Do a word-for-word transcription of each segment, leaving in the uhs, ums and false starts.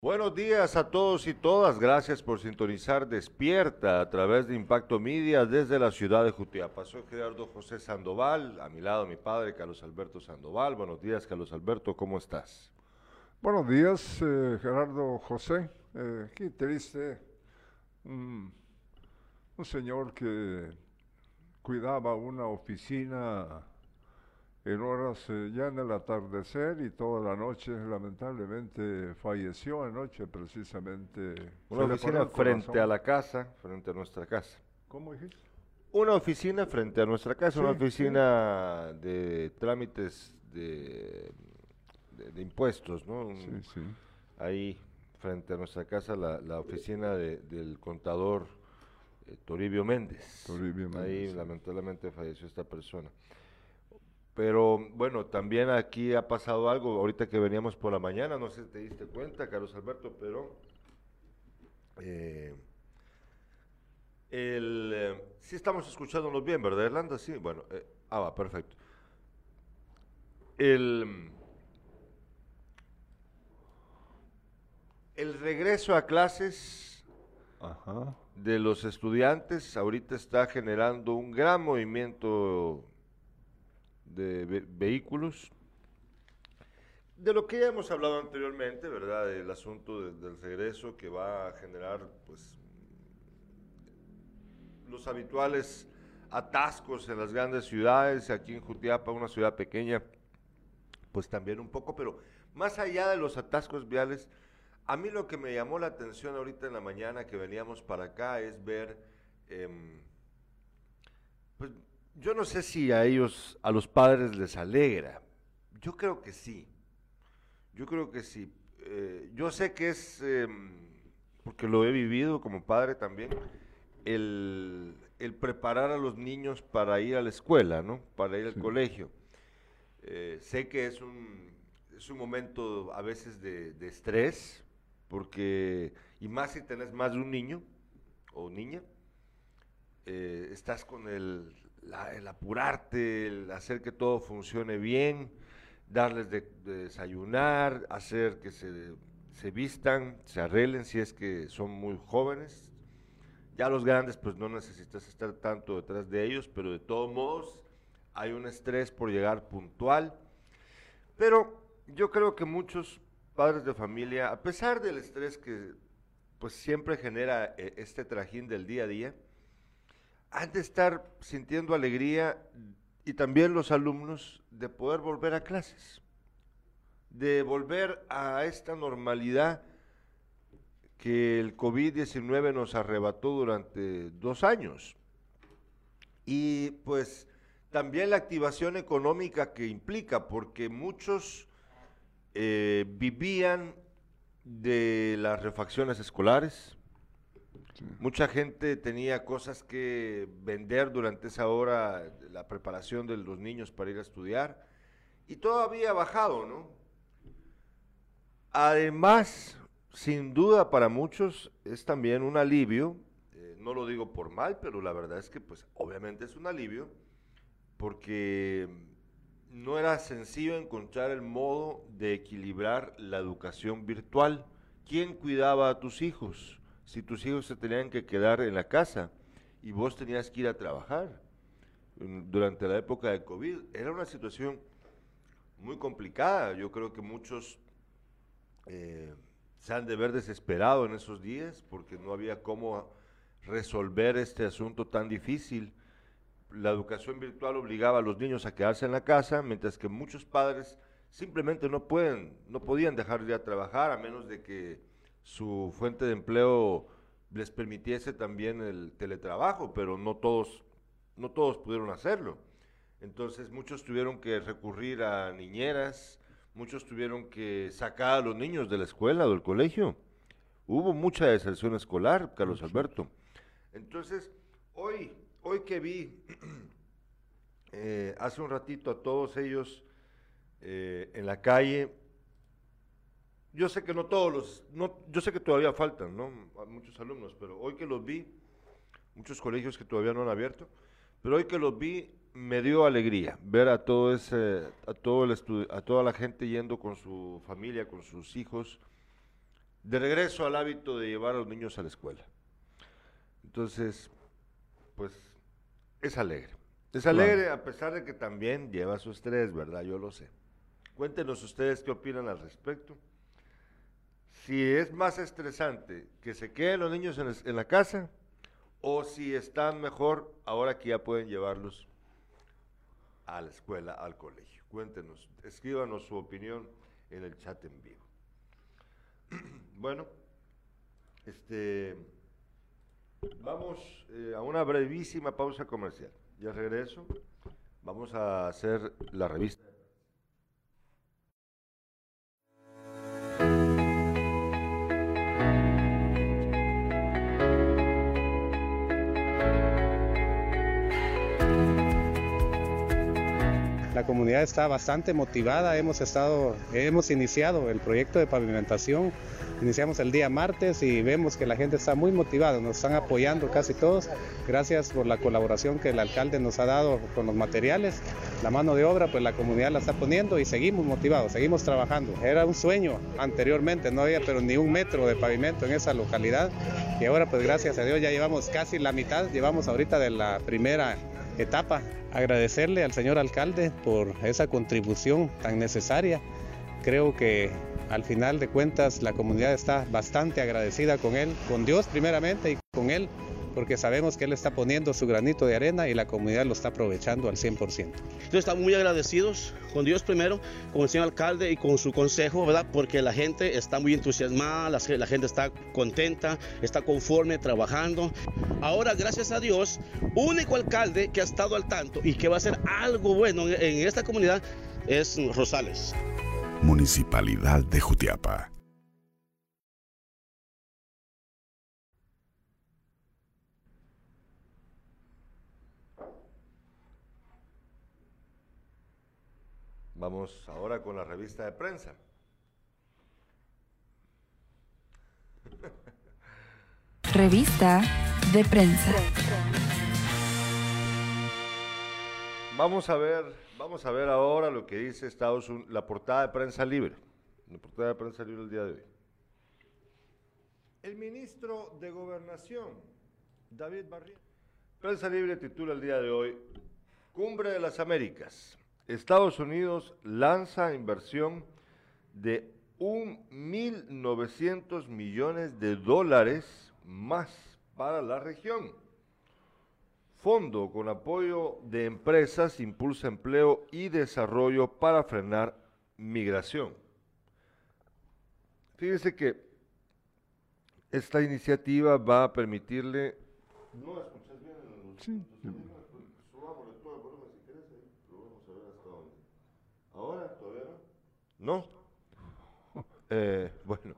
Buenos días a todos y todas. Gracias por sintonizar Despierta a través de Impacto Media desde la ciudad de Jutiapa. Soy Gerardo José Sandoval, a mi lado mi padre Carlos Alberto Sandoval. Buenos días, Carlos Alberto, ¿cómo estás? Buenos días, eh, Gerardo José. Eh, qué triste. Un, un señor que cuidaba una oficina en horas eh, ya en el atardecer y toda la noche, lamentablemente falleció anoche precisamente. Una Se le paró oficina el frente a corazón. la casa, frente a nuestra casa. ¿Cómo dijiste? Una oficina frente a nuestra casa, una Sí, sí, oficina de trámites de, de- de impuestos, ¿no? sí, Un- sí. Ahí frente a nuestra casa, la, la oficina de- del contador eh, Toribio Méndez. Toribio Méndez, Ahí sí. lamentablemente falleció esta persona. Pero bueno, también aquí ha pasado algo, ahorita que veníamos por la mañana, no sé si te diste cuenta, Carlos Alberto, pero eh, el, eh, sí estamos escuchándonos bien, ¿verdad, Irlanda? Sí, bueno, eh, ah, va, perfecto. El, el regreso a clases Ajá. de los estudiantes ahorita está generando un gran movimiento de ve- vehículos. De lo que ya hemos hablado anteriormente, ¿verdad? El asunto de- del regreso que va a generar, pues, los habituales atascos en las grandes ciudades, aquí en Jutiapa, una ciudad pequeña, pues también un poco, pero más allá de los atascos viales, a mí lo que me llamó la atención ahorita en la mañana que veníamos para acá es ver, em, pues yo no sé si a ellos, a los padres les alegra, yo creo que sí, yo creo que sí. Eh, yo sé que es, em, porque lo he vivido como padre también, el, el preparar a los niños para ir a la escuela, ¿no? Para ir al Sí, colegio. Eh, sé que es un, es un momento a veces de, de estrés, porque, y más si tenés más de un niño o niña, eh, estás con el, la- el apurarte, el hacer que todo funcione bien, darles de, de desayunar, hacer que se, se vistan, se arreglen si es que son muy jóvenes. Ya los grandes pues no necesitas estar tanto detrás de ellos, pero de todos modos hay un estrés por llegar puntual. Pero yo creo que muchos padres de familia, a pesar del estrés que pues siempre genera eh, este trajín del día a día, han de estar sintiendo alegría y también los alumnos de poder volver a clases, de volver a esta normalidad que el COVID diecinueve nos arrebató durante dos años. Y pues también la activación económica que implica, porque muchos eh, vivían de las refacciones escolares, sí. mucha gente tenía cosas que vender durante esa hora, la preparación de los niños para ir a estudiar, y todo había bajado, ¿no? Además, sin duda para muchos es también un alivio, eh, no lo digo por mal, pero la verdad es que pues obviamente es un alivio, porque no era sencillo encontrar el modo de equilibrar la educación virtual. ¿Quién cuidaba a tus hijos? Si tus hijos se tenían que quedar en la casa y vos tenías que ir a trabajar durante la época de COVID, era una situación muy complicada. Yo creo que muchos eh, se han de ver desesperado en esos días porque no había cómo resolver este asunto tan difícil. La educación virtual obligaba a los niños a quedarse en la casa, mientras que muchos padres simplemente no pueden, no podían dejar de ir a trabajar a menos de que su fuente de empleo les permitiese también el teletrabajo, pero no todos, no todos pudieron hacerlo. Entonces muchos tuvieron que recurrir a niñeras, muchos tuvieron que sacar a los niños de la escuela o del colegio. Hubo mucha deserción escolar, Carlos Exacto. Alberto. Entonces, hoy, hoy que vi eh, hace un ratito a todos ellos eh, en la calle, yo sé que no todos los, no, yo sé que todavía faltan, ¿no? A muchos alumnos, pero hoy que los vi, muchos colegios que todavía no han abierto, pero hoy que los vi me dio alegría ver a todo ese, a todo el estu- a toda la gente yendo con su familia, con sus hijos de regreso al hábito de llevar a los niños a la escuela. Entonces, pues, es alegre. Es alegre a pesar de que también lleva su estrés, ¿verdad? Yo lo sé. Cuéntenos ustedes qué opinan al respecto. Si es más estresante que se queden los niños en, en la casa o si están mejor ahora que ya pueden llevarlos a la escuela, al colegio. Cuéntenos, escríbanos su opinión en el chat en vivo. Bueno, este, vamos eh, a una brevísima pausa comercial. Ya regreso, vamos a hacer la revista. La comunidad está bastante motivada, hemos estado, hemos iniciado el proyecto de pavimentación, iniciamos el día martes y vemos que la gente está muy motivada, nos están apoyando casi todos, gracias por la colaboración que el alcalde nos ha dado con los materiales, la mano de obra pues la comunidad la está poniendo y seguimos motivados, seguimos trabajando. Era un sueño anteriormente, no había pero ni un metro de pavimento en esa localidad y ahora pues gracias a Dios ya llevamos casi la mitad, llevamos ahorita de la primera etapa. Agradecerle al señor alcalde por esa contribución tan necesaria. Creo que al final de cuentas la comunidad está bastante agradecida con él, con Dios primeramente y con él, porque sabemos que él está poniendo su granito de arena y la comunidad lo está aprovechando al cien por ciento. Entonces estamos muy agradecidos con Dios primero, con el señor alcalde y con su consejo, ¿verdad? Porque la gente está muy entusiasmada, la, la gente está contenta, está conforme, trabajando. Ahora, gracias a Dios, único alcalde que ha estado al tanto y que va a hacer algo bueno en, en esta comunidad es Rosales. Municipalidad de Jutiapa. Vamos ahora con la revista de prensa. Revista de prensa. Vamos a ver, vamos a ver ahora lo que dice Estados Unidos, la portada de Prensa Libre. La portada de Prensa Libre el día de hoy. El ministro de Gobernación, David Barrientos. Prensa Libre titula el día de hoy: Cumbre de las Américas. Estados Unidos lanza inversión de un mil novecientos millones de dólares más para la región. Fondo con apoyo de empresas impulsa empleo y desarrollo para frenar migración. Fíjense que esta iniciativa va a permitirle... ¿No escuchas bien? Sí. Subámosle todo el volumen si quieres, ahí lo vamos a ver hasta dónde. ¿Ahora? ¿Todavía no? ¿No? Eh, bueno.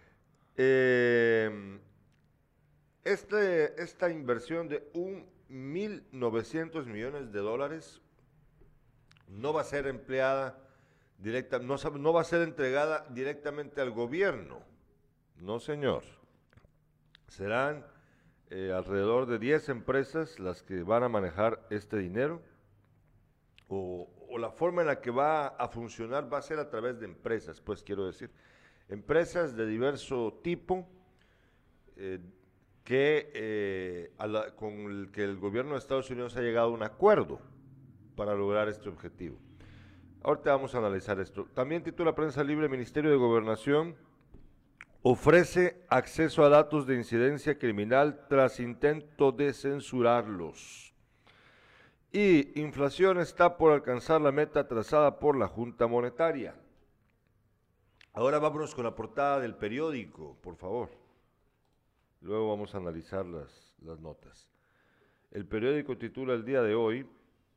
Eh, este, esta inversión de un mil novecientos millones de dólares no va a ser empleada directa, no, no va a ser entregada directamente al gobierno, no señor. Serán eh, alrededor de diez empresas las que van a manejar este dinero, o, o la forma en la que va a funcionar va a ser a través de empresas, pues quiero decir, empresas de diverso tipo, eh, que eh, a la, con el que el gobierno de Estados Unidos ha llegado a un acuerdo para lograr este objetivo. Ahorita vamos a analizar esto. También titula Prensa Libre: Ministerio de Gobernación ofrece acceso a datos de incidencia criminal tras intento de censurarlos. Y inflación está por alcanzar la meta trazada por la Junta Monetaria. Ahora vámonos con la portada del periódico, por favor. Luego vamos a analizar las, las notas. El periódico titula el día de hoy,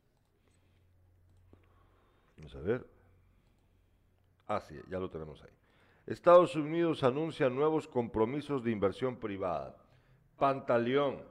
vamos a ver, ah sí, ya lo tenemos ahí. Estados Unidos anuncia nuevos compromisos de inversión privada. Pantaleón,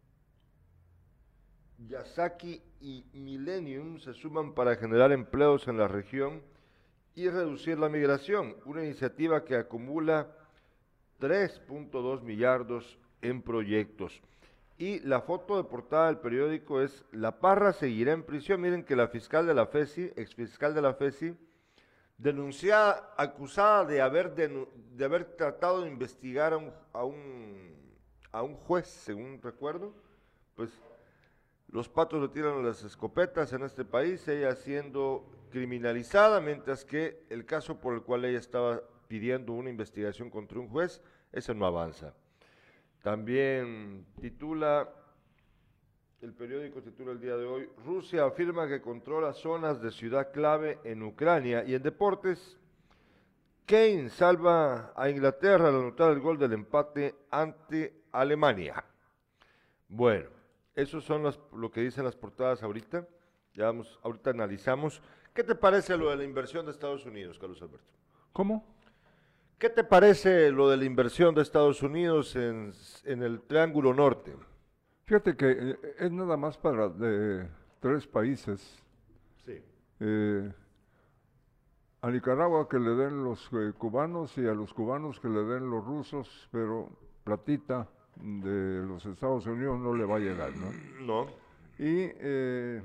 Yasaki y Millennium se suman para generar empleos en la región y reducir la migración, una iniciativa que acumula tres punto dos millardos en proyectos. Y la foto de portada del periódico es: La Parra seguirá en prisión. Miren que la fiscal de la FESI, exfiscal de la FESI, denunciada, acusada de haber, denu- de haber tratado de investigar a un, a un, a un juez, según recuerdo, pues los patos le tiran las escopetas en este país, ella siendo criminalizada, mientras que el caso por el cual ella estaba pidiendo una investigación contra un juez, ese no avanza. También titula, el periódico titula el día de hoy, Rusia afirma que controla zonas de ciudad clave en Ucrania. Y en deportes, Kane salva a Inglaterra al anotar el gol del empate ante Alemania. Bueno, esos son las, lo que dicen las portadas ahorita. Ya vamos, ahorita analizamos. ¿Qué te parece lo de la inversión de Estados Unidos, Carlos Alberto? ¿Cómo? ¿Qué te parece lo de la inversión de Estados Unidos en, en el Triángulo Norte? Fíjate que eh, es nada más para de tres países. Sí. Eh, a Nicaragua que le den los eh, cubanos y a los cubanos que le den los rusos, pero platita de los Estados Unidos no le va a llegar, ¿no? No. Y eh,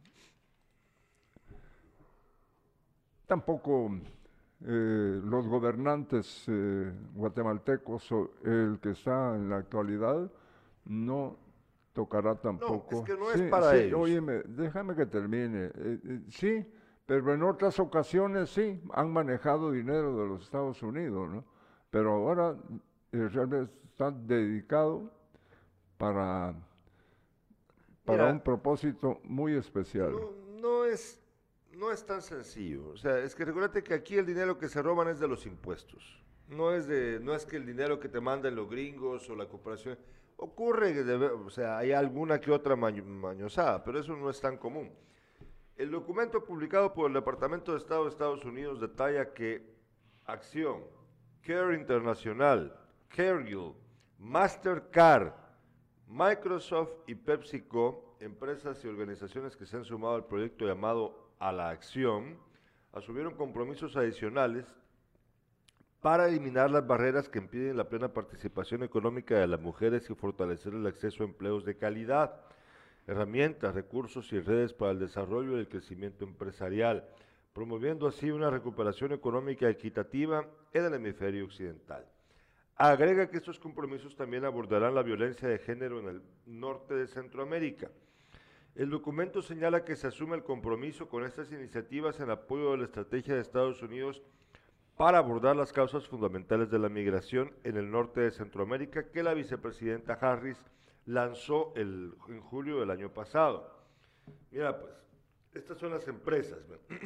tampoco eh, los gobernantes eh, guatemaltecos, o el que está en la actualidad, no tocará tampoco. No, es que no es para ellos. Óyeme, déjame que termine. Eh, eh, sí, pero en otras ocasiones sí, han manejado dinero de los Estados Unidos, ¿no? Pero ahora eh, realmente están dedicados para, para Mira, un propósito muy especial. No, no es, no es tan sencillo. O sea, es que recuérdate que aquí el dinero que se roban es de los impuestos. No es de, no es que el dinero que te mandan los gringos o la cooperación. Ocurre que, debe, o sea, hay alguna que otra maño, mañosada, pero eso no es tan común. El documento publicado por el Departamento de Estado de Estados Unidos detalla que Acción, Care Internacional, Cargill, Mastercard, Microsoft y PepsiCo, empresas y organizaciones que se han sumado al proyecto llamado A la Acción, asumieron compromisos adicionales para eliminar las barreras que impiden la plena participación económica de las mujeres y fortalecer el acceso a empleos de calidad, herramientas, recursos y redes para el desarrollo y el crecimiento empresarial, promoviendo así una recuperación económica equitativa en el hemisferio occidental. Agrega que estos compromisos también abordarán la violencia de género en el norte de Centroamérica. El documento señala que se asume el compromiso con estas iniciativas en apoyo de la estrategia de Estados Unidos para abordar las causas fundamentales de la migración en el norte de Centroamérica que la vicepresidenta Harris lanzó el, en julio del año pasado. Mira, pues, estas son las empresas.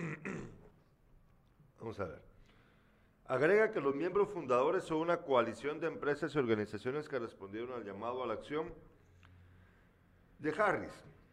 Vamos a ver. Agrega que los miembros fundadores son una coalición de empresas y organizaciones que respondieron al llamado a la acción de Harris.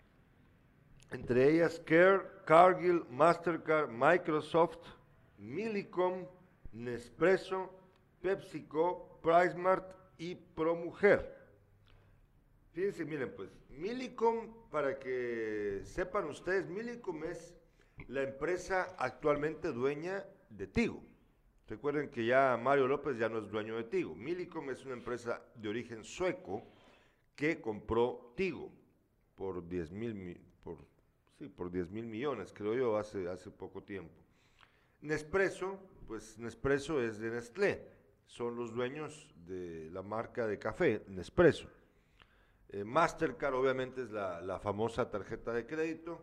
Entre ellas Care, Cargill, Mastercard, Microsoft, Millicom, Nespresso, PepsiCo, PriceMart y ProMujer. Fíjense, miren pues, Millicom, para que sepan ustedes, Millicom es la empresa actualmente dueña de Tigo. Recuerden que ya Mario López ya no es dueño de Tigo. Millicom es una empresa de origen sueco que compró Tigo por diez mil, por, sí, por diez mil millones, creo yo, hace, hace poco tiempo. Nespresso, pues Nespresso es de Nestlé, son los dueños de la marca de café, Nespresso. Eh, Mastercard obviamente es la, la famosa tarjeta de crédito.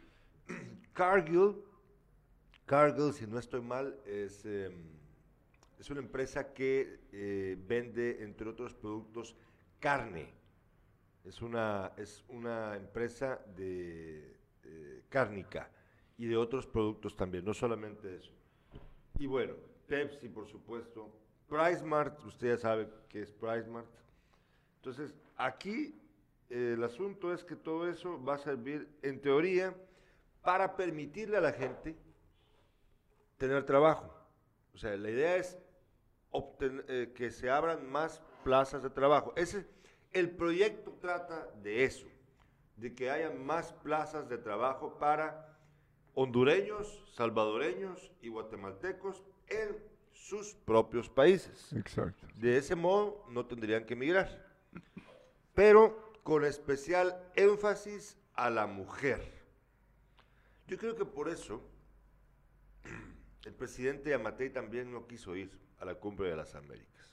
Cargill, Cargill, si no estoy mal, es, eh, es una empresa que eh, vende, entre otros productos, carne. Es una, es una empresa de eh, cárnica y de otros productos también, no solamente eso. Y bueno, Pepsi, por supuesto. PriceMart, usted ya sabe qué es PriceMart. Entonces, aquí eh, el asunto es que todo eso va a servir, en teoría, para permitirle a la gente tener trabajo. O sea, la idea es obtener, eh, que se abran más plazas de trabajo. Ese, el proyecto trata de eso, de que haya más plazas de trabajo para hondureños, salvadoreños y guatemaltecos en sus propios países. Exacto. De ese modo no tendrían que emigrar, pero con especial énfasis a la mujer. Yo creo que por eso el presidente Yamatei también no quiso ir a la Cumbre de las Américas,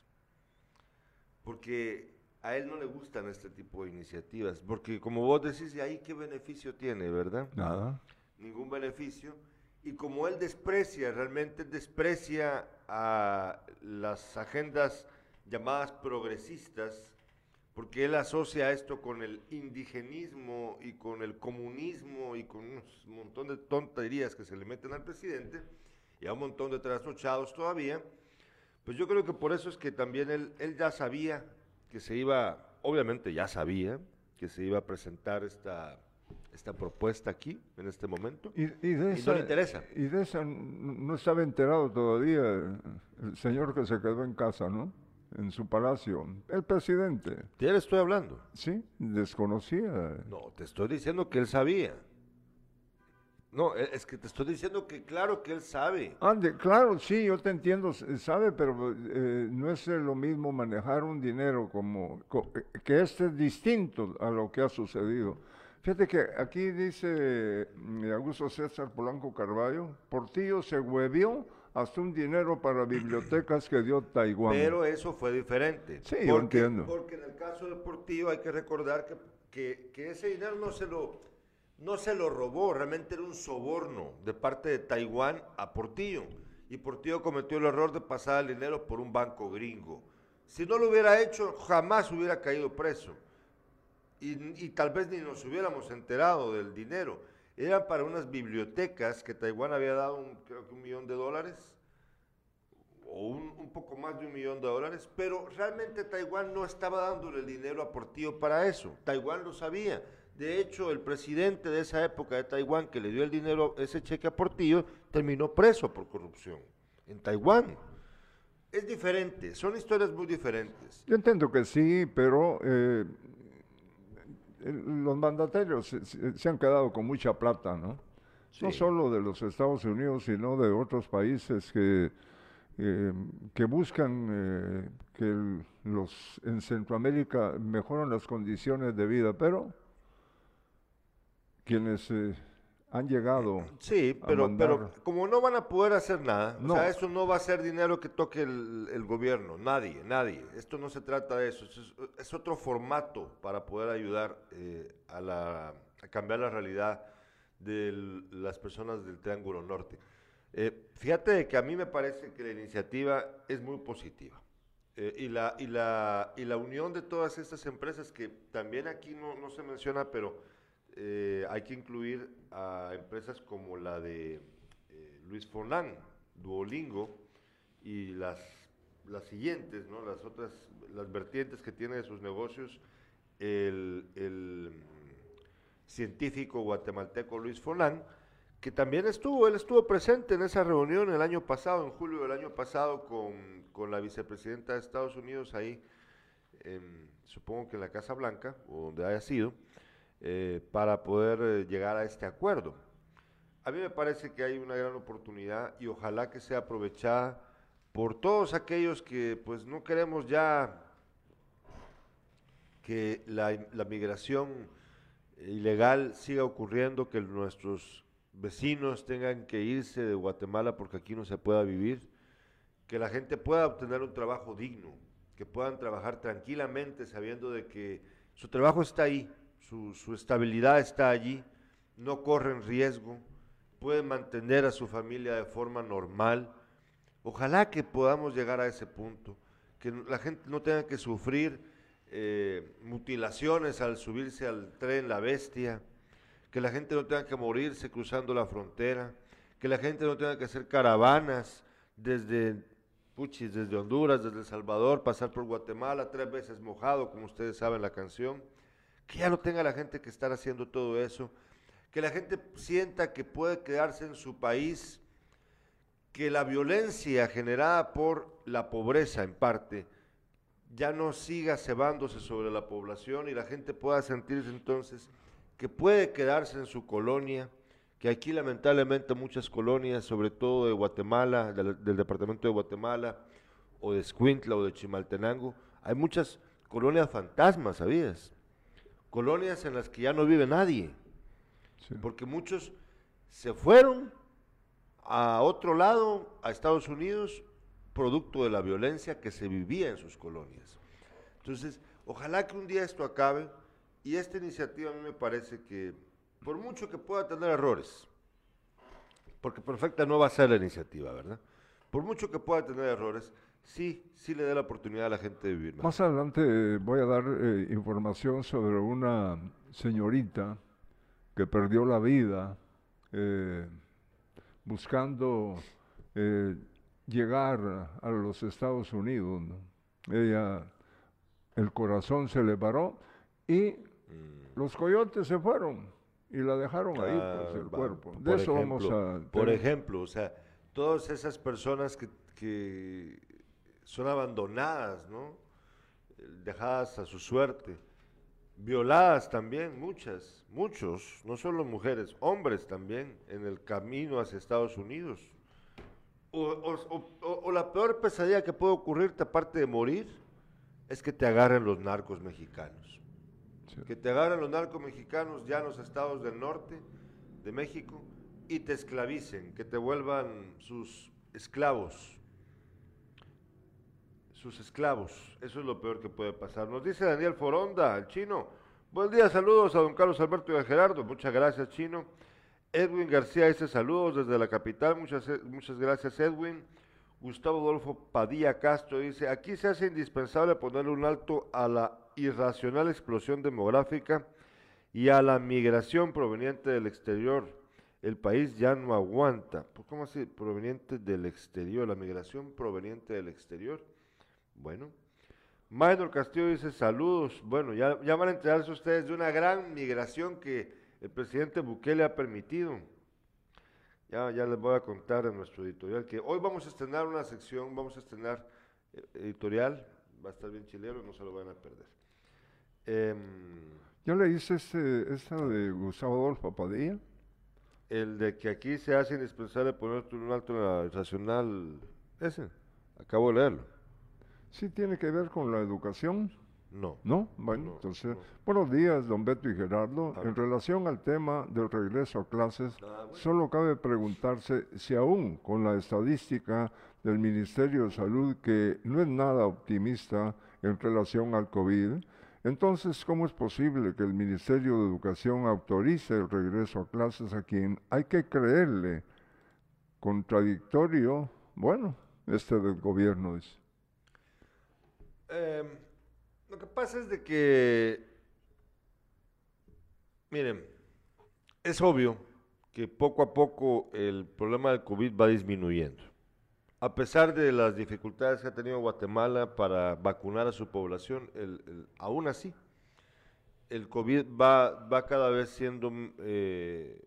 porque a él no le gustan este tipo de iniciativas, porque como vos decís, ¿y ahí qué beneficio tiene, verdad? Nada. Ningún beneficio, y como él desprecia, realmente desprecia a las agendas llamadas progresistas, porque él asocia esto con el indigenismo y con el comunismo y con un montón de tonterías que se le meten al presidente, y a un montón de trasnochados todavía, pues yo creo que por eso es que también él, él ya sabía que se iba, obviamente ya sabía que se iba a presentar esta, esta propuesta aquí, en este momento, y, y, de y esa, no le interesa. Y de esa no estaba enterado todavía el señor que se quedó en casa, ¿no? En su palacio, el presidente. ¿De él estoy hablando? Sí, desconocía. No, te estoy diciendo que él sabía. No, es que te estoy diciendo que claro que él sabe. Ande, claro, sí, yo te entiendo, sabe, pero eh, no es lo mismo manejar un dinero como, co, que este es distinto a lo que ha sucedido. Fíjate que aquí dice eh, Augusto César Polanco Carballo, Portillo se huevió hasta un dinero para bibliotecas que dio Taiwán. Pero eso fue diferente. Sí, porque, yo entiendo. Porque en el caso del Portillo hay que recordar que, que, que ese dinero no se lo... no se lo robó, realmente era un soborno de parte de Taiwán a Portillo, y Portillo cometió el error de pasar el dinero por un banco gringo. Si no lo hubiera hecho, jamás hubiera caído preso, y, y tal vez ni nos hubiéramos enterado del dinero. Eran para unas bibliotecas que Taiwán había dado, un, creo que un millón de dólares, o un, un poco más de un millón de dólares, pero realmente Taiwán no estaba dándole el dinero a Portillo para eso, Taiwán lo sabía. De hecho, el presidente de esa época de Taiwán, que le dio el dinero, ese cheque a Portillo, terminó preso por corrupción en Taiwán. Es diferente, son historias muy diferentes. Yo entiendo que sí, pero eh, los mandatarios se, se han quedado con mucha plata, ¿no? Sí. No solo de los Estados Unidos, sino de otros países que, eh, que buscan eh, que el, los en Centroamérica mejoren las condiciones de vida, pero quienes eh, han llegado sí, pero, a mandar... pero como no van a poder hacer nada, no. O sea, eso no va a ser dinero que toque el, el gobierno, nadie, nadie. Esto no se trata de eso, es, es otro formato para poder ayudar eh, a, la, a cambiar la realidad de las personas del Triángulo Norte. Eh, fíjate que a mí me parece que la iniciativa es muy positiva. Eh, y, la, y, la, y la unión de todas estas empresas, que también aquí no, no se menciona, pero... Eh, hay que incluir a empresas como la de eh, Luis Forlán, Duolingo, y las, las siguientes, ¿no? Las otras, las vertientes que tiene de sus negocios, el, el científico guatemalteco Luis Forlán, que también estuvo, él estuvo presente en esa reunión el año pasado, en julio del año pasado, con, con la vicepresidenta de Estados Unidos ahí, en, supongo que en la Casa Blanca, o donde haya sido, Eh, para poder eh, llegar a este acuerdo. A mí me parece que hay una gran oportunidad y ojalá que sea aprovechada por todos aquellos que pues no queremos ya que la, la migración ilegal siga ocurriendo, que nuestros vecinos tengan que irse de Guatemala porque aquí no se pueda vivir, que la gente pueda obtener un trabajo digno, que puedan trabajar tranquilamente sabiendo de que su trabajo está ahí, Su, su estabilidad está allí, no corren riesgo, pueden mantener a su familia de forma normal. Ojalá que podamos llegar a ese punto, que la gente no tenga que sufrir eh, mutilaciones al subirse al tren La Bestia, que la gente no tenga que morirse cruzando la frontera, que la gente no tenga que hacer caravanas desde, puchis, desde Honduras, desde El Salvador, pasar por Guatemala, tres veces mojado, como ustedes saben la canción. Que ya no tenga la gente que estar haciendo todo eso, que la gente sienta que puede quedarse en su país, que la violencia generada por la pobreza en parte ya no siga cebándose sobre la población y la gente pueda sentirse entonces que puede quedarse en su colonia, que aquí lamentablemente muchas colonias, sobre todo de Guatemala, del, del departamento de Guatemala, o de Escuintla o de Chimaltenango, hay muchas colonias fantasmas, ¿sabías? Colonias en las que ya no vive nadie, sí. Porque muchos se fueron a otro lado, a Estados Unidos, producto de la violencia que se vivía en sus colonias. Entonces, ojalá que un día esto acabe, y esta iniciativa a mí me parece que, por mucho que pueda tener errores, porque perfecta no va a ser la iniciativa, ¿verdad? Por mucho que pueda tener errores, sí, sí le da la oportunidad a la gente de vivir más. Más adelante eh, voy a dar eh, información sobre una señorita que perdió la vida eh, buscando eh, llegar a los Estados Unidos, ¿no? Ella, el corazón se le paró y mm. los coyotes se fueron y la dejaron ah, ahí, pues, el cuerpo. De eso ejemplo, vamos a... Por ejemplo, o sea, todas esas personas que, que son abandonadas, ¿no? Dejadas a su suerte, violadas también, muchas, muchos, no solo mujeres, hombres también, en el camino hacia Estados Unidos. O, o, o, o la peor pesadilla que puede ocurrirte, aparte de morir, es que te agarren los narcos mexicanos. Sí. Que te agarren los narcos mexicanos ya en los estados del norte de México y te esclavicen, que te vuelvan sus esclavos. Sus esclavos, eso es lo peor que puede pasar. Nos dice Daniel Foronda, el chino. Buen día, saludos a don Carlos Alberto y a Gerardo. Muchas gracias, chino. Edwin García dice saludos desde la capital. Muchas, muchas gracias, Edwin. Gustavo Adolfo Padilla Castro dice, aquí se hace indispensable ponerle un alto a la irracional explosión demográfica y a la migración proveniente del exterior. El país ya no aguanta. ¿Cómo así? Proveniente del exterior, la migración proveniente del exterior. Bueno, Maynor Castillo dice saludos. Bueno, ya, ya van a enterarse ustedes de una gran migración que el presidente Bukele ha permitido. Ya, ya les voy a contar en nuestro editorial que hoy vamos a estrenar una sección, vamos a estrenar editorial, va a estar bien chileno, no se lo van a perder. Eh, ¿Ya leíste ese, esa de Gustavo Adolfo Padilla? El de que aquí se hace indispensable poner un alto en la irracional, ese, acabo de leerlo. ¿Sí tiene que ver con la educación? No. ¿No? Bueno, no, entonces, no. Buenos días, don Beto y Gerardo. Ah. En relación al tema del regreso a clases, Ah, bueno. solo cabe preguntarse si aún con la estadística del Ministerio de Salud, que no es nada optimista en relación al COVID, entonces, ¿cómo es posible que el Ministerio de Educación autorice el regreso a clases a quien hay que creerle? Contradictorio, bueno, este del gobierno dice. Eh, lo que pasa es de que, miren, es obvio que poco a poco el problema del COVID va disminuyendo. A pesar de las dificultades que ha tenido Guatemala para vacunar a su población, el, el, aún así, el COVID va, va cada vez siendo eh,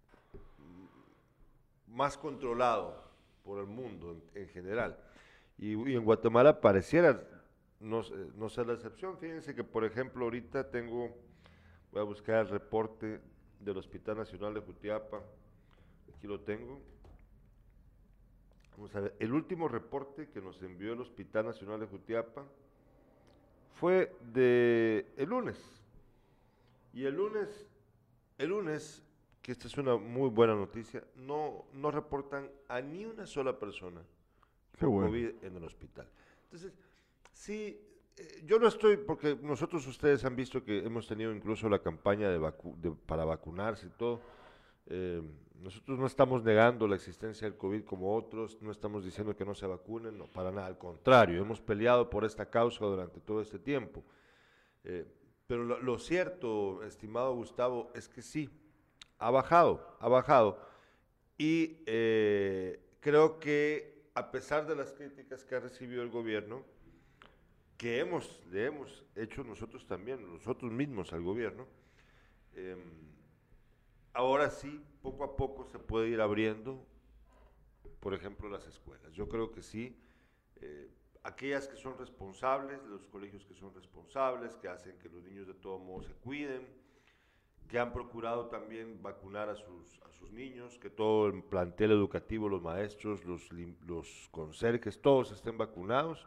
más controlado por el mundo en, en general. Y, y en Guatemala pareciera no, no ser la excepción. Fíjense que, por ejemplo, ahorita tengo, voy a buscar el reporte del Hospital Nacional de Jutiapa, aquí lo tengo. Vamos a ver, el último reporte que nos envió el Hospital Nacional de Jutiapa fue de el lunes. Y el lunes, el lunes, que esta es una muy buena noticia, no, no reportan a ni una sola persona con bueno. COVID en el hospital. Entonces, sí, eh, yo no estoy, porque nosotros ustedes han visto que hemos tenido incluso la campaña de vacu de, para vacunarse y todo. Eh, nosotros no estamos negando la existencia del COVID como otros, no estamos diciendo que no se vacunen, no, para nada, al contrario, hemos peleado por esta causa durante todo este tiempo. Eh, pero lo, lo cierto, estimado Gustavo, es que sí, ha bajado, ha bajado. Y eh, creo que a pesar de las críticas que ha recibido el gobierno, que hemos, le hemos hecho nosotros también, nosotros mismos al gobierno, eh, ahora sí, poco a poco se puede ir abriendo, por ejemplo, las escuelas. Yo creo que sí, eh, aquellas que son responsables, los colegios que son responsables, que hacen que los niños de todo modo se cuiden, que han procurado también vacunar a sus, a sus niños, que todo el plantel educativo, los maestros, los, los conserjes, todos estén vacunados.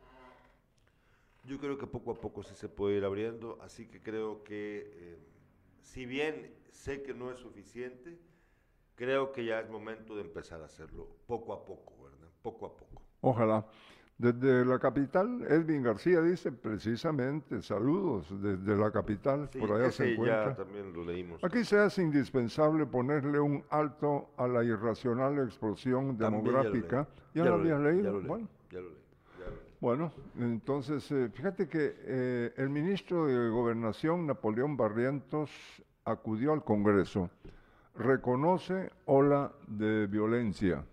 Yo creo que poco a poco sí se puede ir abriendo, así que creo que, eh, si bien sé que no es suficiente, creo que ya es momento de empezar a hacerlo poco a poco, ¿verdad? Poco a poco. Ojalá. Desde la capital, Edwin García dice precisamente, saludos desde la capital, Sí, por allá ese se encuentra. ya también lo leímos. Aquí se hace indispensable ponerle un alto a la irracional explosión También ya lo demográfica. leí. ¿Ya, Ya lo lo habías leí, leído? ya lo leí, Bueno, ya lo leí, ya lo leí. bueno, entonces, eh, fíjate que eh, el ministro de Gobernación, Napoleón Barrientos, acudió al Congreso, reconoce ola de violencia.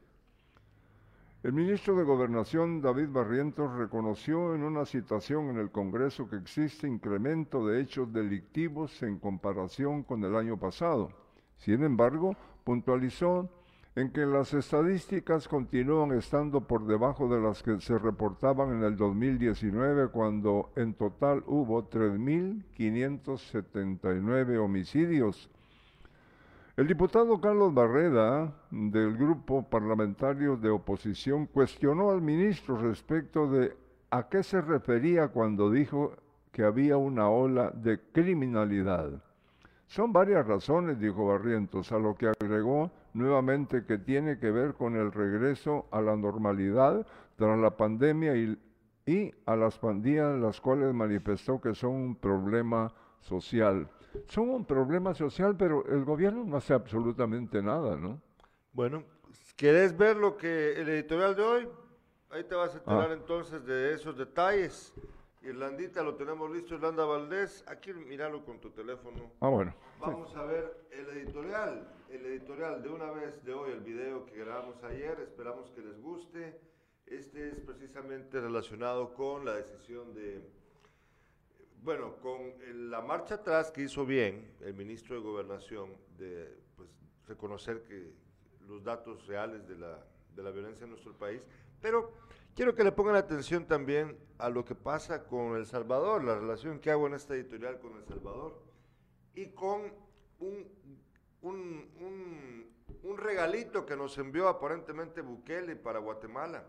El ministro de Gobernación, David Barrientos, reconoció en una citación en el Congreso que existe incremento de hechos delictivos en comparación con el año pasado. Sin embargo, puntualizó en que las estadísticas continúan estando por debajo de las que se reportaban en el dos mil diecinueve, cuando en total hubo tres mil quinientos setenta y nueve homicidios. El diputado Carlos Barreda, del grupo parlamentario de oposición, cuestionó al ministro respecto de a qué se refería cuando dijo que había una ola de criminalidad. Son varias razones, dijo Barrientos, a lo que agregó nuevamente que tiene que ver con el regreso a la normalidad tras la pandemia y, y a las pandillas, las cuales manifestó que son un problema social. Son un problema social, pero el gobierno no hace absolutamente nada, ¿no? Bueno, ¿querés ver lo que el editorial de hoy? Ahí te vas a enterar Ah. entonces de esos detalles. Irlandita, lo tenemos listo, Irlanda Valdés. Aquí míralo con tu teléfono. Ah, bueno. Vamos a ver el editorial, el editorial de una vez de hoy, el video que grabamos ayer, esperamos que les guste. Este es precisamente relacionado con la decisión de, bueno, con el- la marcha atrás que hizo bien el ministro de Gobernación de pues, reconocer que los datos reales de la, de la violencia en nuestro país, pero quiero que le pongan atención también a lo que pasa con El Salvador, la relación que hago en esta editorial con El Salvador, y con un, un, un, un regalito que nos envió aparentemente Bukele para Guatemala,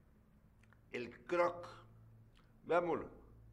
el croc. Veámoslo.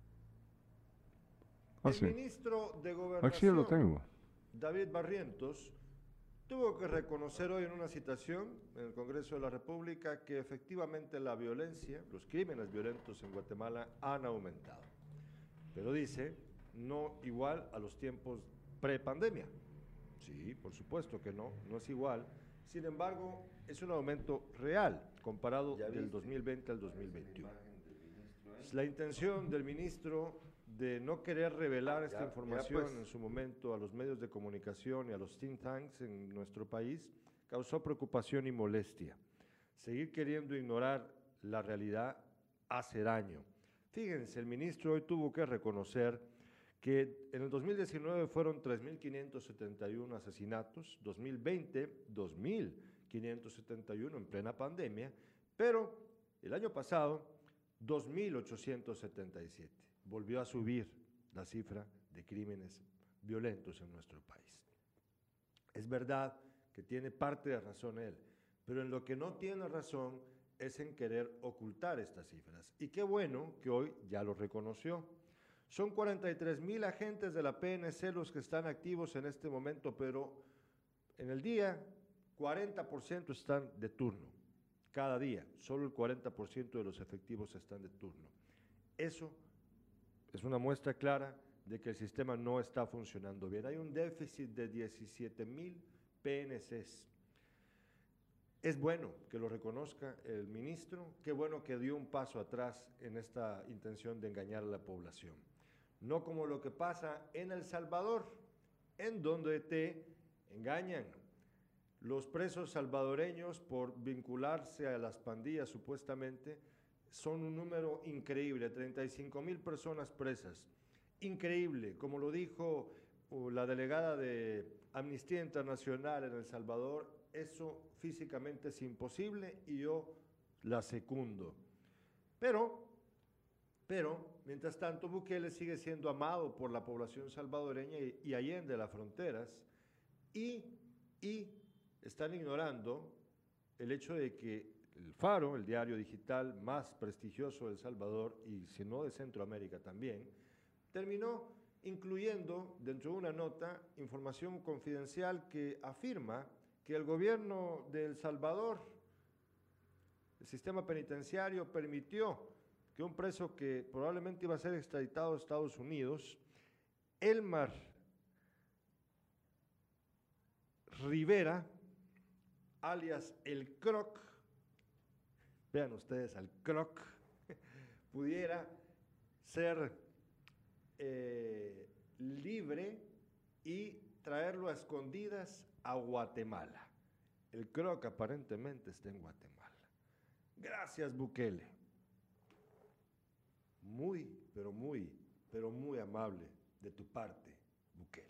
Ah, El sí. ministro de Aquí Gobernación, lo tengo. David Barrientos, tuvo que reconocer hoy en una citación en el Congreso de la República que efectivamente la violencia, los crímenes violentos en Guatemala han aumentado. Pero dice, no igual a los tiempos pre-pandemia. Sí, por supuesto que no, no es igual. Sin embargo, es un aumento real comparado del dos mil veinte al dos mil veintiuno. La intención del ministro de no querer revelar esta Ya, información ya pues. en su momento a los medios de comunicación y a los think tanks en nuestro país causó preocupación y molestia. Seguir queriendo ignorar la realidad hace daño. Fíjense, el ministro hoy tuvo que reconocer que en el dos mil diecinueve fueron tres mil quinientos setenta y uno asesinatos, dos mil veinte, dos mil quinientos setenta y uno en plena pandemia, pero el año pasado, dos mil ochocientos setenta y siete. Volvió a subir la cifra de crímenes violentos en nuestro país. Es verdad que tiene parte de razón él, pero en lo que no tiene razón es en querer ocultar estas cifras. Y qué bueno que hoy ya lo reconoció. Son cuarenta y tres mil agentes de la P N C los que están activos en este momento, pero en el día cuarenta por ciento están de turno. Cada día, solo el cuarenta por ciento de los efectivos están de turno. Eso es una muestra clara de que el sistema no está funcionando bien. Hay un déficit de diecisiete mil P N Cs. Es bueno que lo reconozca el ministro, qué bueno que dio un paso atrás en esta intención de engañar a la población. No como lo que pasa en El Salvador, en donde te engañan. Los presos salvadoreños, por vincularse a las pandillas supuestamente, son un número increíble, treinta y cinco mil personas presas. Increíble, como lo dijo uh, la delegada de Amnistía Internacional en El Salvador, eso físicamente es imposible y yo la secundo. Pero, pero, mientras tanto, Bukele sigue siendo amado por la población salvadoreña y, y allende las fronteras y, y están ignorando el hecho de que el Faro, el diario digital más prestigioso de El Salvador y si no de Centroamérica también, terminó incluyendo dentro de una nota información confidencial que afirma que el gobierno de El Salvador, el sistema penitenciario, permitió que un preso que probablemente iba a ser extraditado a Estados Unidos, Elmar Rivera, alias El Croc, vean ustedes al Croc, pudiera ser eh, libre y traerlo a escondidas a Guatemala. El Croc aparentemente está en Guatemala. Gracias, Bukele. Muy, pero muy, pero muy amable de tu parte, Bukele.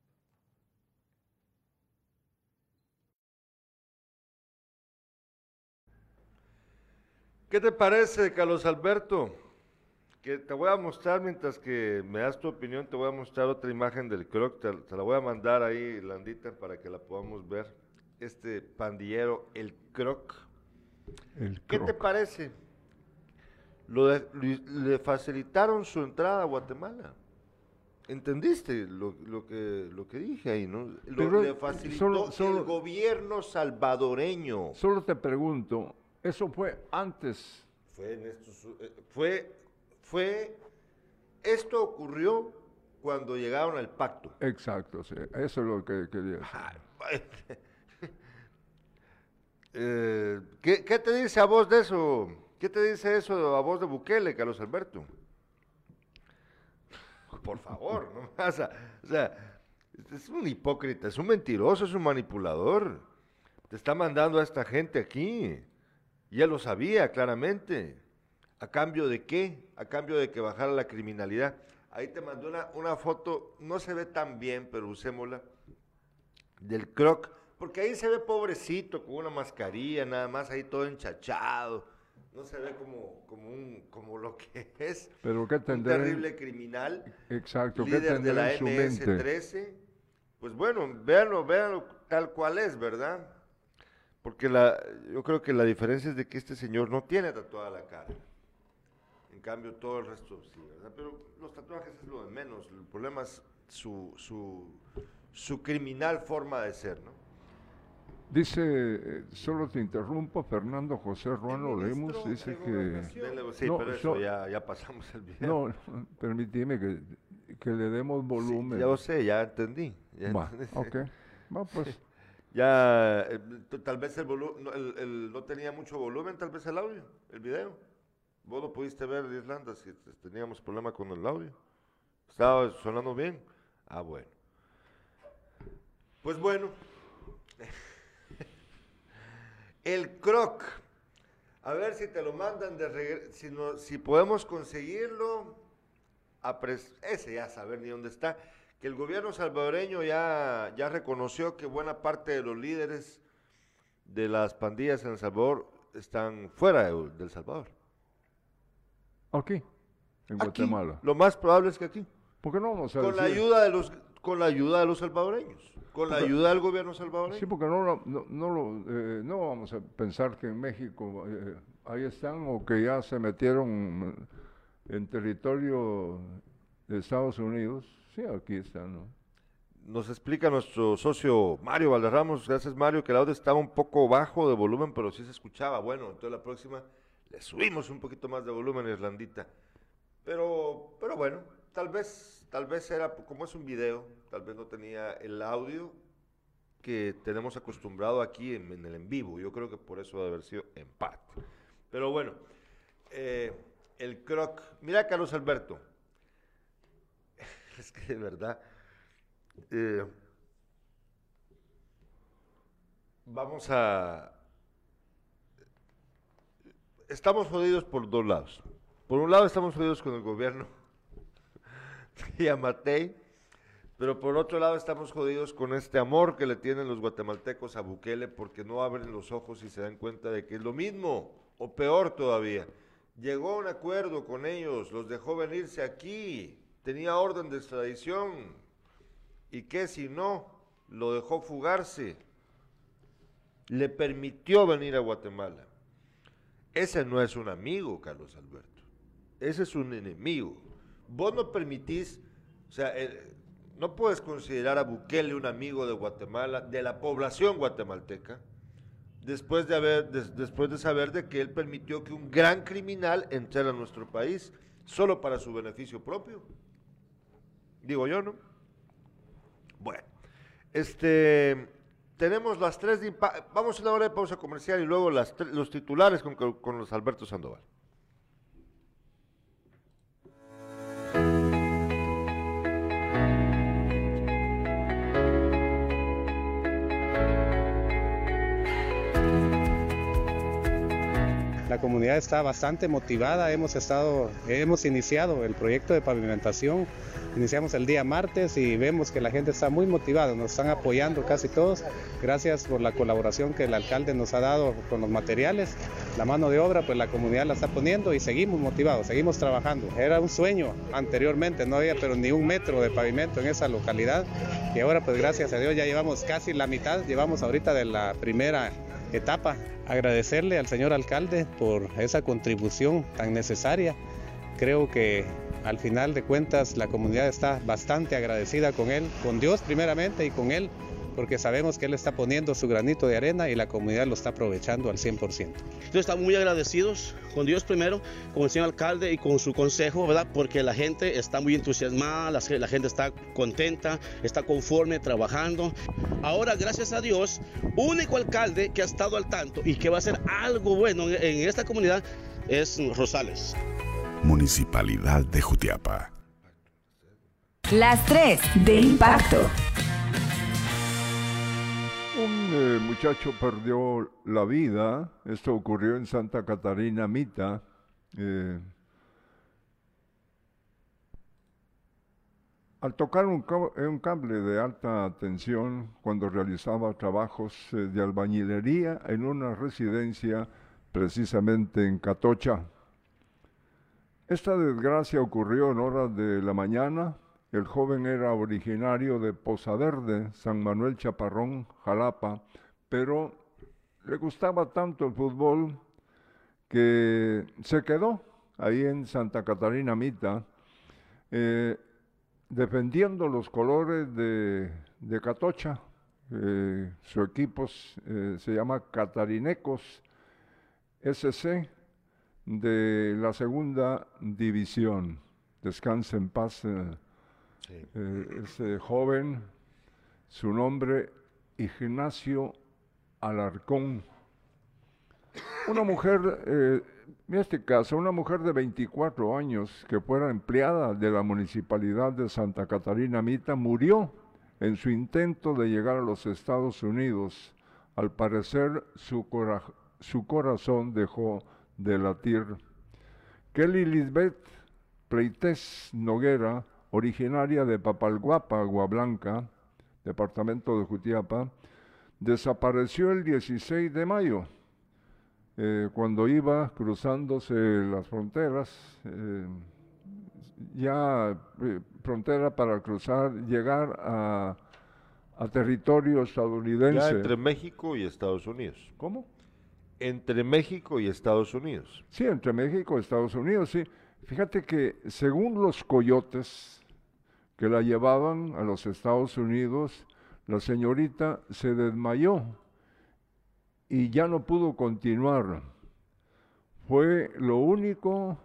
¿Qué te parece, Carlos Alberto? Que te voy a mostrar, mientras que me das tu opinión, te voy a mostrar otra imagen del Croc, te, te la voy a mandar ahí, Landita, para que la podamos ver. Este pandillero, el Croc. El ¿Qué Croc. te parece? Lo de- le, le facilitaron su entrada a Guatemala. ¿Entendiste lo, lo que, lo que dije ahí, no? Lo, Pero le facilitó solo- solo- el gobierno salvadoreño. Solo te pregunto, ¿eso fue antes? Fue en estos, eh, fue, fue, esto ocurrió cuando llegaron al pacto. Exacto, sí, eso es lo que quería decir. Eh, ¿qué, qué te dice a vos de eso? ¿Qué te dice eso a vos de Bukele, Carlos Alberto? Por favor, ¿no? O sea, o sea, es un hipócrita, es un mentiroso, es un manipulador. Te está mandando a esta gente aquí. Y él lo sabía claramente. ¿A cambio de qué? A cambio de que bajara la criminalidad. Ahí te mandó una, una foto, no se ve tan bien, pero usémosla, del Croc, porque ahí se ve pobrecito, con una mascarilla, nada más, ahí todo enchachado. No se ve como, como, un, como lo que es Pero ¿qué un tendrá en- terrible criminal, Exacto, ¿qué líder de tendrá la en su M S mente? trece. Pues bueno, véanlo, véanlo tal cual es, ¿verdad? Porque la, yo creo que la diferencia es de que este señor no tiene tatuada la cara. En cambio, todo el resto sí, ¿verdad? Pero los tatuajes es lo de menos. El problema es su, su, su criminal forma de ser, ¿no? Dice, eh, solo te interrumpo, Fernando José Ruano El Lemus, ministro dice de que... Gobernación. Denle- sí, No, pero eso yo- ya, ya pasamos el video. No, permíteme que, que le demos Sí, volumen. ya lo sé, ya entendí. Ya Va, entendí. ok. Va, pues, Ya, eh, t- tal vez el, volu- no, el- el- no tenía mucho volumen, tal vez el audio, el video. Vos lo pudiste ver, Irlanda, si t- teníamos problema con el audio. ¿Estaba sonando bien? Ah, bueno. Pues bueno. El Croc. A ver si te lo mandan de regreso, si, no- si podemos conseguirlo. a pres- ese ya saber ni dónde está. Que el gobierno salvadoreño ya, ya reconoció que buena parte de los líderes de las pandillas en El Salvador están fuera de, de El Salvador. aquí, en Aquí, Guatemala. lo más probable es que aquí. ¿Por qué no vamos a Con la decir? ayuda de los, con la ayuda de los salvadoreños, con la Porque- ayuda del gobierno salvadoreño. Sí, porque no, lo- no, no, lo, eh, no vamos a pensar que en México eh, ahí están o que ya se metieron en territorio de Estados Unidos. Sí, aquí están, ¿no? Nos explica nuestro socio Mario Valderramos, gracias Mario, que el audio estaba un poco bajo de volumen, pero sí se escuchaba. Bueno, entonces la próxima le subimos un poquito más de volumen, Irlandita. Pero, pero bueno, tal vez, tal vez era, como es un video, tal vez no tenía el audio que tenemos acostumbrado aquí en, en el en vivo. Yo creo que por eso debe haber sido en parte. Pero bueno, eh, el Croc. Mira, Carlos Alberto, es que de verdad... Eh, vamos a... Estamos jodidos por dos lados. Por un lado estamos jodidos con el gobierno y a Matei, pero por otro lado estamos jodidos con este amor que le tienen los guatemaltecos a Bukele porque no abren los ojos y se dan cuenta de que es lo mismo o peor todavía. Llegó a un acuerdo con ellos, los dejó venirse aquí, tenía orden de extradición. ¿Y qué si no? Lo dejó fugarse. Le permitió venir a Guatemala. Ese no es un amigo, Carlos Alberto. Ese es un enemigo. Vos no permitís, o sea, el- no puedes considerar a Bukele un amigo de Guatemala, de la población guatemalteca, después de, haber, des, después de saber de que él permitió que un gran criminal entrara a nuestro país, solo para su beneficio propio. Digo yo, ¿no? Bueno, este, tenemos las tres de impacto. Vamos a una hora de pausa comercial y luego las los titulares con, con los Alberto Sandoval. La comunidad está bastante motivada, hemos estado, hemos iniciado el proyecto de pavimentación, iniciamos el día martes y vemos que la gente está muy motivada, nos están apoyando casi todos, gracias por la colaboración que el alcalde nos ha dado con los materiales, la mano de obra pues la comunidad la está poniendo y seguimos motivados, seguimos trabajando. Era un sueño anteriormente, no había pero ni un metro de pavimento en esa localidad y ahora pues gracias a Dios ya llevamos casi la mitad, llevamos ahorita de la primera etapa. Agradecerle al señor alcalde por esa contribución tan necesaria. Creo que al final de cuentas la comunidad está bastante agradecida con él, con Dios primeramente y con él, porque sabemos que él está poniendo su granito de arena y la comunidad lo está aprovechando al cien por ciento. Entonces estamos muy agradecidos con Dios primero, con el señor alcalde y con su consejo, ¿verdad? Porque la gente está muy entusiasmada, la, la gente está contenta, está conforme, trabajando. Ahora, gracias a Dios, único alcalde que ha estado al tanto y que va a hacer algo bueno en, en esta comunidad es Rosales. Municipalidad de Jutiapa. Las tres de impacto. Un eh, muchacho perdió la vida, esto ocurrió en Santa Catarina Mita, eh, al tocar un, un cable de alta tensión cuando realizaba trabajos eh, de albañilería en una residencia precisamente en Catocha. Esta desgracia ocurrió en horas de la mañana. El joven era originario de Poza Verde, San Manuel Chaparrón, Jalapa, pero le gustaba tanto el fútbol que se quedó ahí en Santa Catarina Mita, eh, defendiendo los colores de, de Catocha. Eh, su equipo eh, se llama Catarinecos S C de la segunda división. Descanse en paz. Eh, Sí. Eh, ese joven, su nombre Ignacio Alarcón. Una mujer, eh, en este caso, una mujer de veinticuatro años que fuera empleada de la municipalidad de Santa Catarina Mita murió en su intento de llegar a los Estados Unidos. Al parecer, su, cora su corazón dejó de latir. Kelly Lisbeth Pleites Noguera, originaria de Papalguapa, Agua Blanca, departamento de Jutiapa, desapareció el dieciséis de mayo, eh, cuando iba cruzándose las fronteras, eh, ya eh, frontera para cruzar, llegar a, a territorio estadounidense. Ya entre México y Estados Unidos. ¿Cómo? Entre México y Estados Unidos. Sí, entre México y Estados Unidos, sí. Fíjate que según los coyotes que la llevaban a los Estados Unidos, la señorita se desmayó y ya no pudo continuar. Fue lo único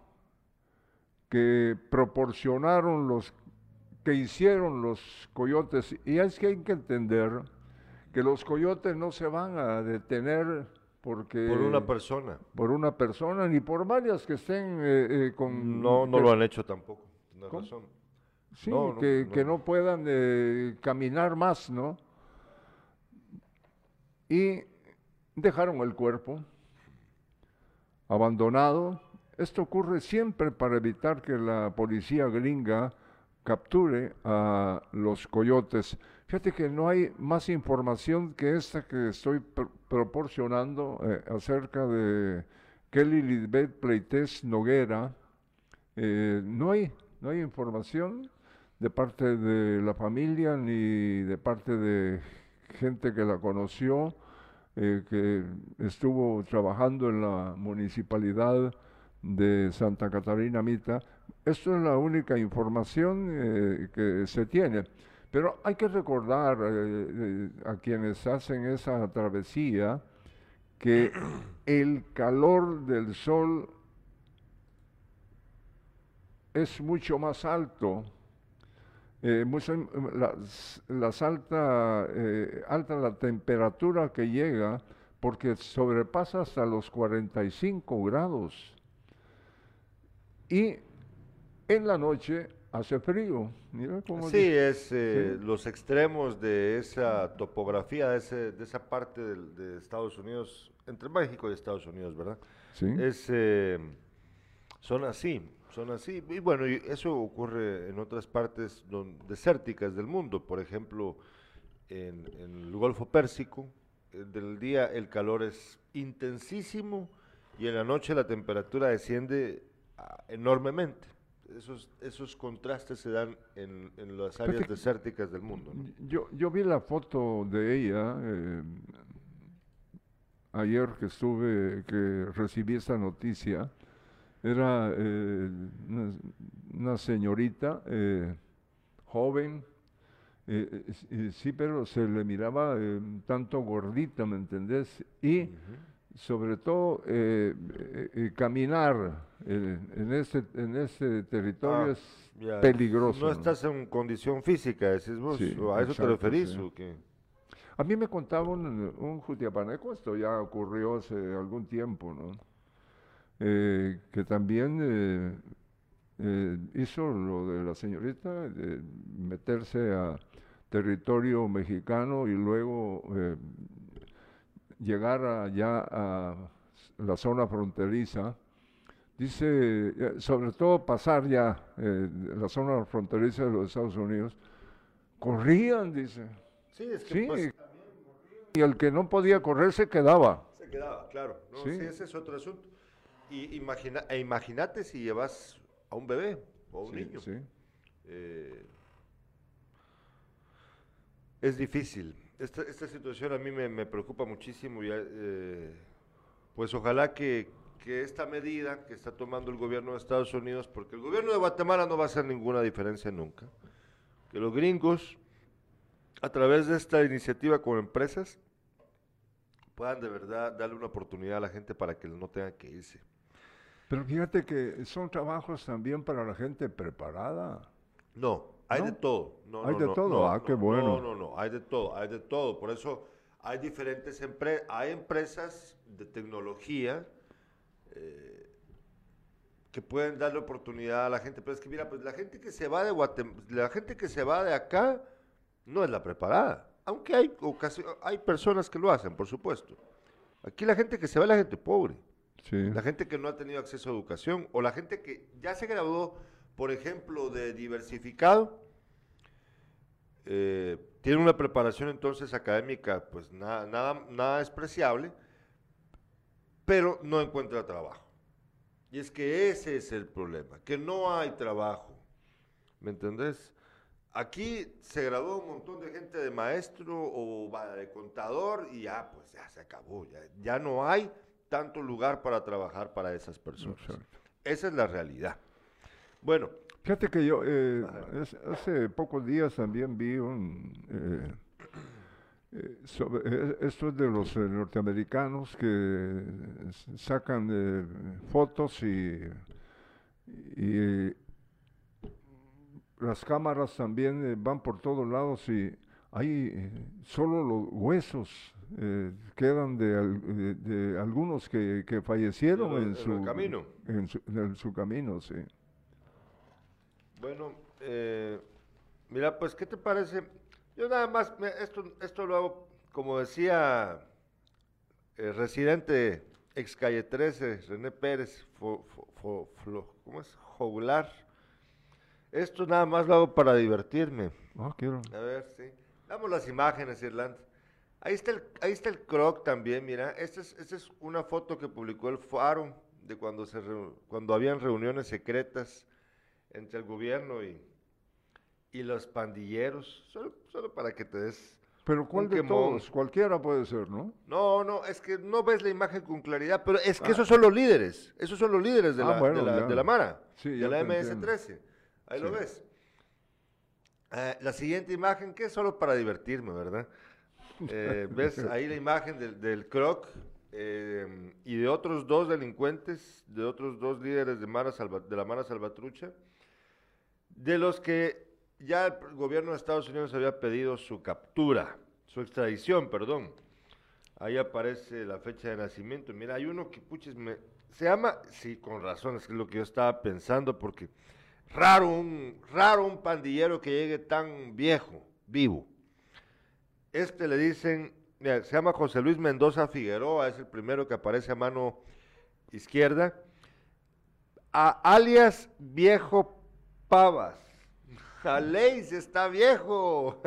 que proporcionaron los, que hicieron los coyotes. Y es que hay que entender que los coyotes no se van a detener porque por una persona. Por una persona, ni por varias que estén eh, eh, con... No, no que, lo han hecho tampoco, tienes ¿cómo? razón. Sí, no, que, no, no. que no puedan eh, caminar más, ¿no? Y dejaron el cuerpo abandonado. Esto ocurre siempre para evitar que la policía gringa capture a los coyotes. Fíjate que no hay más información que esta que estoy pr proporcionando eh, acerca de Kelly Lisbeth Pleites Noguera. Eh, no hay, no hay información de parte de la familia ni de parte de gente que la conoció, eh, que estuvo trabajando en la municipalidad de Santa Catarina Mita. Esto es la única información eh, que se tiene. Pero hay que recordar eh, eh, a quienes hacen esa travesía que el calor del sol es mucho más alto, eh, mucho, las, las alta, eh, alta la temperatura que llega, porque sobrepasa hasta los cuarenta y cinco grados. Y en la noche hace frío. Mira cómo Sí, dice. es eh, Sí. los extremos de esa topografía, de, ese- de esa parte del- de, Estados Unidos, entre México y Estados Unidos, ¿verdad? Sí. Es, eh, son así, son así. Y bueno, y eso ocurre en otras partes don- desérticas del mundo, por ejemplo, en, en el Golfo Pérsico, eh, del día el calor es intensísimo y en la noche la temperatura desciende ah, enormemente. Esos, esos contrastes se dan en, en las áreas Fíjate que- desérticas del mundo, ¿no? Yo, yo vi la foto de ella eh, ayer que estuve, que recibí esta noticia. Era eh, una, una señorita eh, joven, eh, eh, s- eh, sí, pero se le miraba eh, un tanto gordita, ¿me entendés? Y sobre todo eh, eh, eh, caminar eh, en ese en ese territorio Ah, es ya, peligroso. No ¿no? estás en condición física, decís vos, Sí, o a eso exacto, te referís, sí. o qué. A mí me contaba un, un jutiapaneco, esto ya ocurrió hace algún tiempo, ¿no? Eh, que también eh, eh, hizo lo de la señorita, de meterse a territorio mexicano y luego eh, llegar allá a la zona fronteriza. Dice, eh, sobre todo pasar ya eh, la zona fronteriza de los Estados Unidos, corrían, dice. Sí, es que Sí, pues, y el que no podía correr se quedaba. se quedaba, claro. ¿no? Sí. Sí. ese es otro asunto. Y imagina, e imagínate si llevas a un bebé o a un Sí, niño. sí. Eh, es difícil. Esta, esta situación a mí me, me preocupa muchísimo. Ya, eh, pues ojalá que, que esta medida que está tomando el gobierno de Estados Unidos, porque el gobierno de Guatemala no va a hacer ninguna diferencia nunca, que los gringos, a través de esta iniciativa con empresas, puedan de verdad darle una oportunidad a la gente para que no tengan que irse. Pero fíjate que son trabajos también para la gente preparada. No, hay ¿No? de todo. No, Hay no, de no, todo, no, ah, no, qué bueno. No, no, no, hay de todo, hay de todo. Por eso hay diferentes empresas, hay empresas de tecnología eh, que pueden darle oportunidad a la gente. Pero es que mira, pues la gente que se va de Guatemala, la gente que se va de acá no es la preparada. Aunque hay ocasi- hay personas que lo hacen, por supuesto. Aquí la gente que se va es la gente pobre. Sí. La gente que no ha tenido acceso a educación o la gente que ya se graduó, por ejemplo, de diversificado, eh, tiene una preparación entonces académica pues nada, nada, nada despreciable, pero no encuentra trabajo. Y es que ese es el problema, que no hay trabajo, ¿me entendés? Aquí se graduó un montón de gente de maestro o va- de contador y ya, pues ya se acabó, ya, ya no hay tanto lugar para trabajar para esas personas. Exacto. Esa es la realidad. Bueno, Fíjate que yo eh, es- hace pocos días también vi un... eh, eh, sobre, eh, esto es de los eh, norteamericanos que s- sacan eh, fotos y, y las cámaras también eh, van por todos lados y hay eh, solo los huesos eh, quedan de, al- de- de algunos que, que fallecieron En el- en, en su el camino. En su, en su camino, sí. bueno, eh, mira, pues, ¿qué te parece? Yo nada más, me- esto, esto lo hago, como decía el residente ex calle trece, René Pérez, fo- fo- fo- flo- ¿cómo es? Joglar. Esto nada más lo hago para divertirme. Ah, quiero. A ver, sí. Damos las imágenes, Irlanda. Ahí está el, ahí está el croc también, mira. Esta es, esta es una foto que publicó el Faro de cuando, se reu- cuando habían reuniones secretas entre el gobierno y, y los pandilleros. Solo, solo para que te des... Pero ¿cuál un de quemón. todos? Cualquiera puede ser, ¿no? No, no, es que no ves la imagen con claridad, pero es que Ah. esos son los líderes. Esos son los líderes de, Ah, la, bueno, de, la, ya. de la Mara, Sí, de ya la te M S entiendo. trece. Ahí lo Sí. ves. Eh, la siguiente imagen, que es solo para divertirme, ¿verdad? Eh, ¿Ves ahí la imagen del, del Croc eh, y de otros dos delincuentes, de otros dos líderes de, Mara Salva, de la Mara Salvatrucha, de los que ya el gobierno de Estados Unidos había pedido su captura, su extradición, perdón. Ahí aparece la fecha de nacimiento. Mira, hay uno que, puches, me, se llama, sí, con razón, es que es lo que yo estaba pensando, porque raro un, raro un pandillero que llegue tan viejo, vivo. Este le dicen, mira, se llama José Luis Mendoza Figueroa, es el primero que aparece a mano izquierda, a, alias Viejo Pavas. Jaleix está viejo.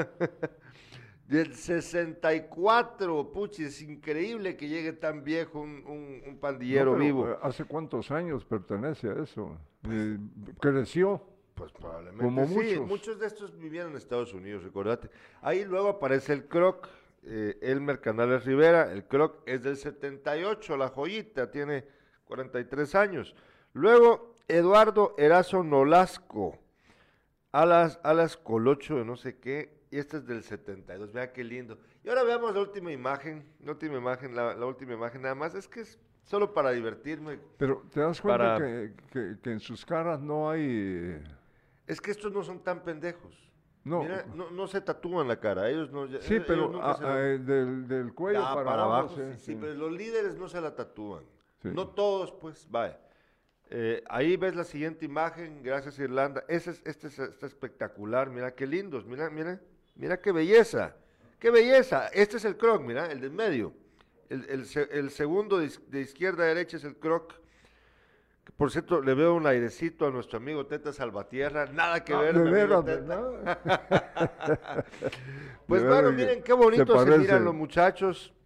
Del sesenta y cuatro, puchi, es increíble que llegue tan viejo un, un, un pandillero No, pero, vivo. eh, ¿Hace cuántos años pertenece a eso? Eh, creció. Pues probablemente Como sí, muchos. muchos de estos vivían en Estados Unidos, recordate. Ahí luego aparece el Croc, eh, Elmer Canales Rivera, el Croc es del setenta y ocho, la joyita, tiene cuarenta y tres años. Luego Eduardo Erazo Nolasco, alas, alas Colocho de no sé qué, y este es del setenta y dos, vea qué lindo. Y ahora veamos la última imagen, la última imagen, la, la última imagen nada más, es que es solo para divertirme. Pero te das cuenta Para- que, que- que en sus caras no hay... eh, Es que estos no son tan pendejos. No. Mira, no, no se tatúan la cara, ellos no. ya- Sí, ellos pero nunca a- se la- a- eh, del, del cuello Ya, para, para abajo. abajo, sí, sí, sí, sí. pero los líderes no se la tatúan. Sí. No todos, pues, vaya. Eh, ahí ves la siguiente imagen, gracias Irlanda. Ese es, este es- está espectacular, mira qué lindos, mira, mira, mira qué belleza, qué belleza. Este es el Croc, mira, el del medio. El, el se- el segundo de, iz- de izquierda a derecha es el Croc. Que, por cierto, le veo un airecito a nuestro amigo Teta Salvatierra, nada que Ah, ver. de mi amigo veras, Teta. ¿verdad? Pues De bueno, veras que miren qué se bonito se, parece. miran los muchachos.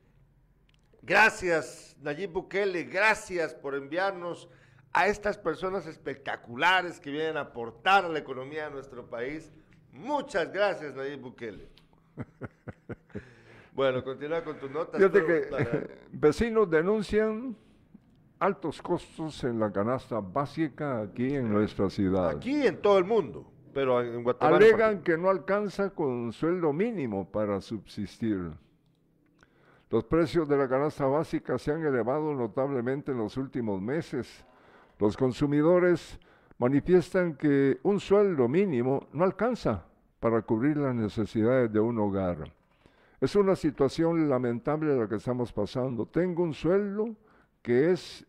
Gracias, Nayib Bukele, gracias por enviarnos a estas personas espectaculares que vienen a aportar a la economía de nuestro país. Muchas gracias, Nayib Bukele. Bueno, continúa con tus notas. Fíjate pero- que dale. vecinos denuncian altos costos en la canasta básica aquí en nuestra ciudad. Aquí en todo el mundo, pero en Guatemala. en Alegan particular. que no alcanza con sueldo mínimo para subsistir. Los precios de la canasta básica se han elevado notablemente en los últimos meses. Los consumidores manifiestan que un sueldo mínimo no alcanza para cubrir las necesidades de un hogar. Es una situación lamentable la que estamos pasando. Tengo un sueldo que es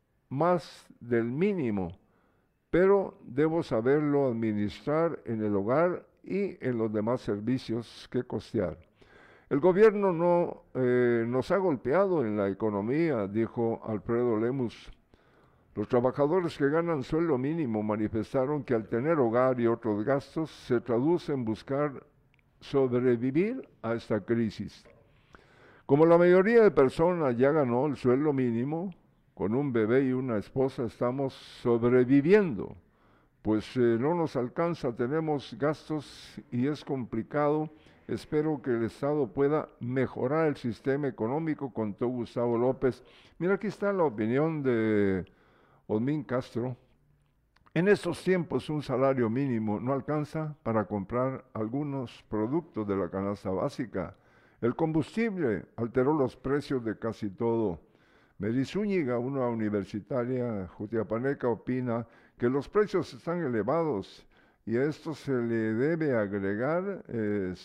más del mínimo, pero debo saberlo administrar en el hogar y en los demás servicios que costear. El gobierno no eh, nos ha golpeado en la economía, dijo Alfredo Lemus. Los trabajadores que ganan sueldo mínimo manifestaron que al tener hogar y otros gastos se traduce en buscar sobrevivir a esta crisis. Como la mayoría de personas ya ganó el sueldo mínimo, con un bebé y una esposa estamos sobreviviendo, pues eh, no nos alcanza, tenemos gastos y es complicado. Espero que el Estado pueda mejorar el sistema económico, contó Gustavo López. Mira, aquí está la opinión de Osmín Castro. En estos tiempos un salario mínimo no alcanza para comprar algunos productos de la canasta básica. El combustible alteró los precios de casi todo. Mary Zúñiga, una universitaria jutiapaneca, opina que los precios están elevados y a esto se le debe agregar, eh,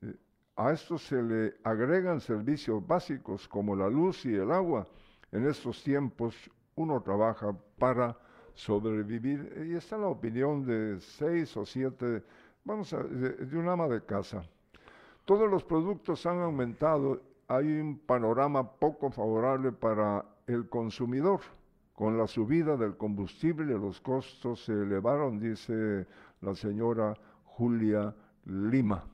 a esto se le agregan servicios básicos como la luz y el agua. En estos tiempos uno trabaja para sobrevivir. Y está la opinión de seis o siete, vamos a, de, de un ama de casa. Todos los productos han aumentado, hay un panorama poco favorable para el consumidor. Con la subida del combustible los costos se elevaron, dice la señora Julia Lima.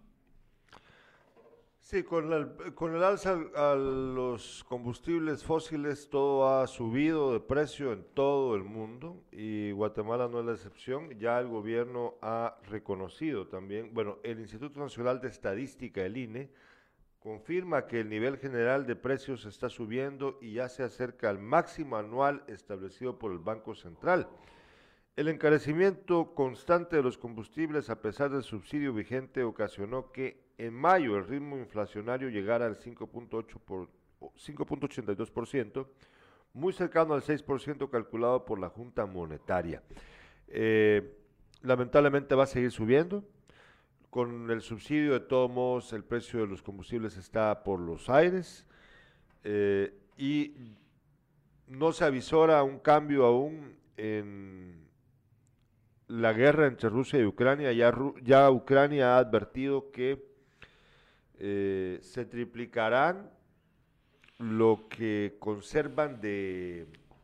Sí, con, la, con el alza a los combustibles fósiles todo ha subido de precio en todo el mundo y Guatemala no es la excepción. Ya el gobierno ha reconocido también, bueno, el Instituto Nacional de Estadística, el I N E, confirma que el nivel general de precios está subiendo y ya se acerca al máximo anual establecido por el Banco Central. El encarecimiento constante de los combustibles, a pesar del subsidio vigente, ocasionó que en mayo el ritmo inflacionario llegara al cinco punto ochenta y dos por ciento, muy cercano al seis por ciento calculado por la Junta Monetaria. Eh, lamentablemente va a seguir subiendo. Con el subsidio, de todos modos, el precio de los combustibles está por los aires eh, y no se avisora un cambio aún en la guerra entre Rusia y Ucrania. Ya, ya Ucrania ha advertido que eh, se triplicarán lo que conservan de,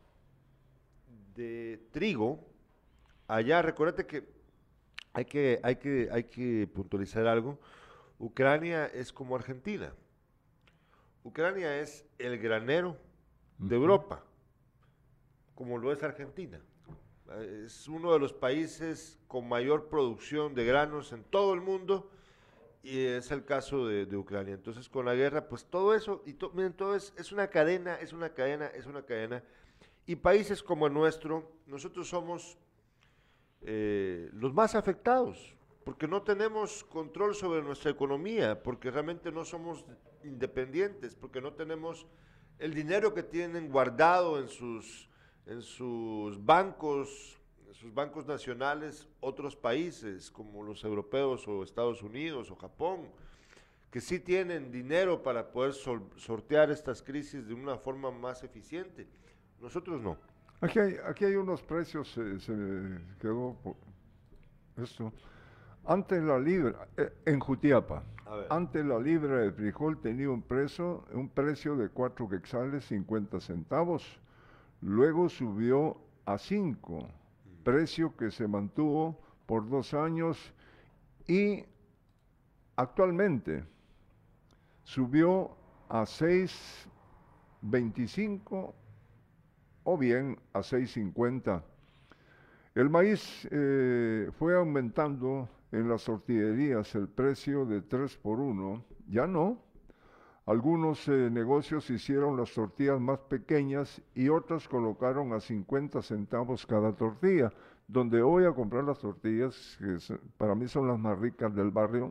de trigo allá. Recuérdate que hay que, hay que hay que puntualizar algo. Ucrania es como Argentina. Ucrania es el granero de Europa, como lo es Argentina. Es uno de los países con mayor producción de granos en todo el mundo, y es el caso de, de Ucrania. Entonces, con la guerra, pues todo eso, y to, miren, todo es, es una cadena, es una cadena, es una cadena, y países como el nuestro, nosotros somos eh, los más afectados, porque no tenemos control sobre nuestra economía, porque realmente no somos independientes, porque no tenemos el dinero que tienen guardado en sus, en sus bancos, sus bancos nacionales, otros países como los europeos o Estados Unidos o Japón, que sí tienen dinero para poder sol, sortear estas crisis de una forma más eficiente. Nosotros no. Aquí hay, aquí hay unos precios, eh, se me quedó esto. Antes la libra, eh, en Jutiapa, antes la libra de frijol tenía un precio, un precio de cuatro quetzales cincuenta centavos, luego subió a cinco, precio que se mantuvo por dos años y actualmente subió a seis veinticinco o bien a seis cincuenta. El maíz eh, fue aumentando en las tortillerías el precio de tres por uno, ya no. Algunos eh, negocios hicieron las tortillas más pequeñas y otras colocaron a cincuenta centavos cada tortilla. Donde voy a comprar las tortillas, que es, para mí son las más ricas del barrio,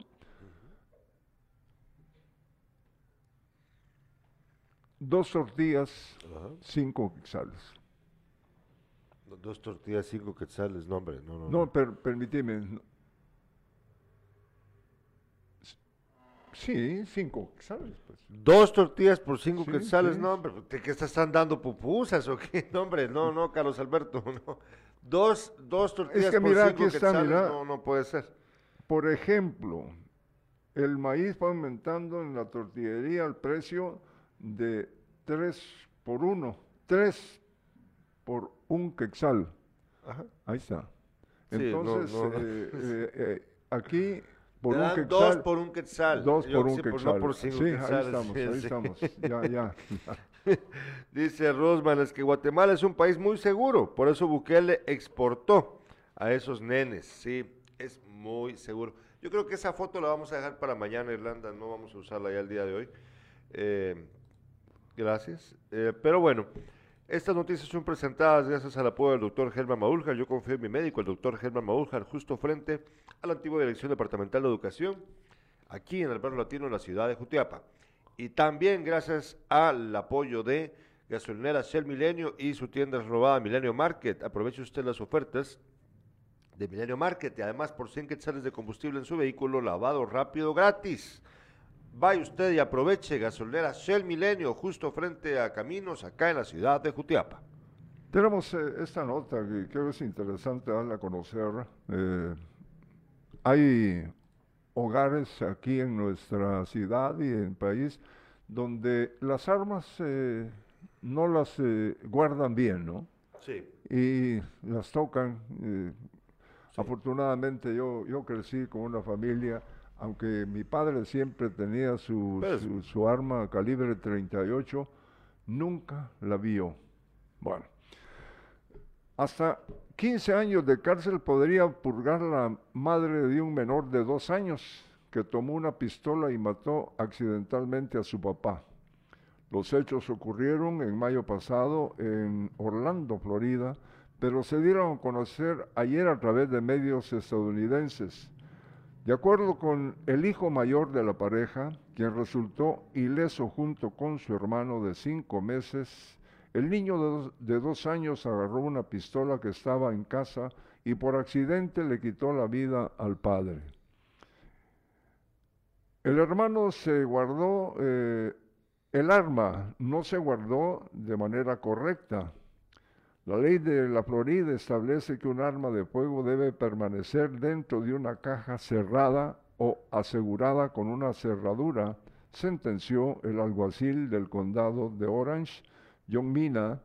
dos tortillas, uh-huh. cinco quetzales. Dos tortillas, cinco quetzales, no hombre, no, no. No, per, permíteme. No. Sí, cinco quetzales, pues. Dos tortillas por cinco sí, quetzales, sí. No, hombre, ¿qué, qué estás dando pupusas o qué? No, hombre, no, no, Carlos Alberto, no. Dos, dos tortillas es que por mira, cinco aquí está, quetzales, mira, no, no puede ser. Por ejemplo, el maíz va aumentando en la tortillería el precio de tres por uno, tres por un quetzal. Ajá. Ahí está. Entonces, sí, no, no. Eh, eh, eh, aquí por un quetzal. Dos por un quetzal. Dos Yo, por un sí, quetzal. Por, no por cinco sí, quetzales. ahí estamos, sí, ahí sí. estamos. Ya, ya. Dice Rosman, es que Guatemala es un país muy seguro, por eso Bukele exportó a esos nenes. Sí, es muy seguro. Yo creo que esa foto la vamos a dejar para mañana, Irlanda, no vamos a usarla ya el día de hoy. Eh, gracias. Eh, pero bueno, estas noticias son presentadas gracias al apoyo del doctor Germán Maúljar. Yo confío en mi médico, el doctor Germán Maúljar, justo frente a la antigua Dirección Departamental de Educación, aquí en el barrio latino, en la ciudad de Jutiapa. Y también gracias al apoyo de Gasolinera Shell Milenio y su tienda renovada Milenio Market. Aproveche usted las ofertas de Milenio Market y además por cien quetzales de combustible en su vehículo, lavado rápido gratis. Vaya usted y aproveche Gasolinera Shell Milenio justo frente a Caminos, acá en la ciudad de Jutiapa. Tenemos eh, esta nota que creo que es interesante darla a conocer. Eh, hay hogares aquí en nuestra ciudad y en el país donde las armas eh, no las eh, guardan bien, ¿no? Sí. Y las tocan. Eh, sí. Afortunadamente yo, yo crecí con una familia, aunque mi padre siempre tenía su, su, su arma calibre treinta y ocho, nunca la vio. Bueno, hasta quince años de cárcel podría purgar la madre de un menor de dos años que tomó una pistola y mató accidentalmente a su papá. Los hechos ocurrieron en mayo pasado en Orlando, Florida, pero se dieron a conocer ayer a través de medios estadounidenses. De acuerdo con el hijo mayor de la pareja, quien resultó ileso junto con su hermano de cinco meses, el niño de dos, de dos años agarró una pistola que estaba en casa y por accidente le quitó la vida al padre. El hermano se guardó, eh, el arma no se guardó de manera correcta. La ley de la Florida establece que un arma de fuego debe permanecer dentro de una caja cerrada o asegurada con una cerradura, sentenció el alguacil del condado de Orange, John Mina.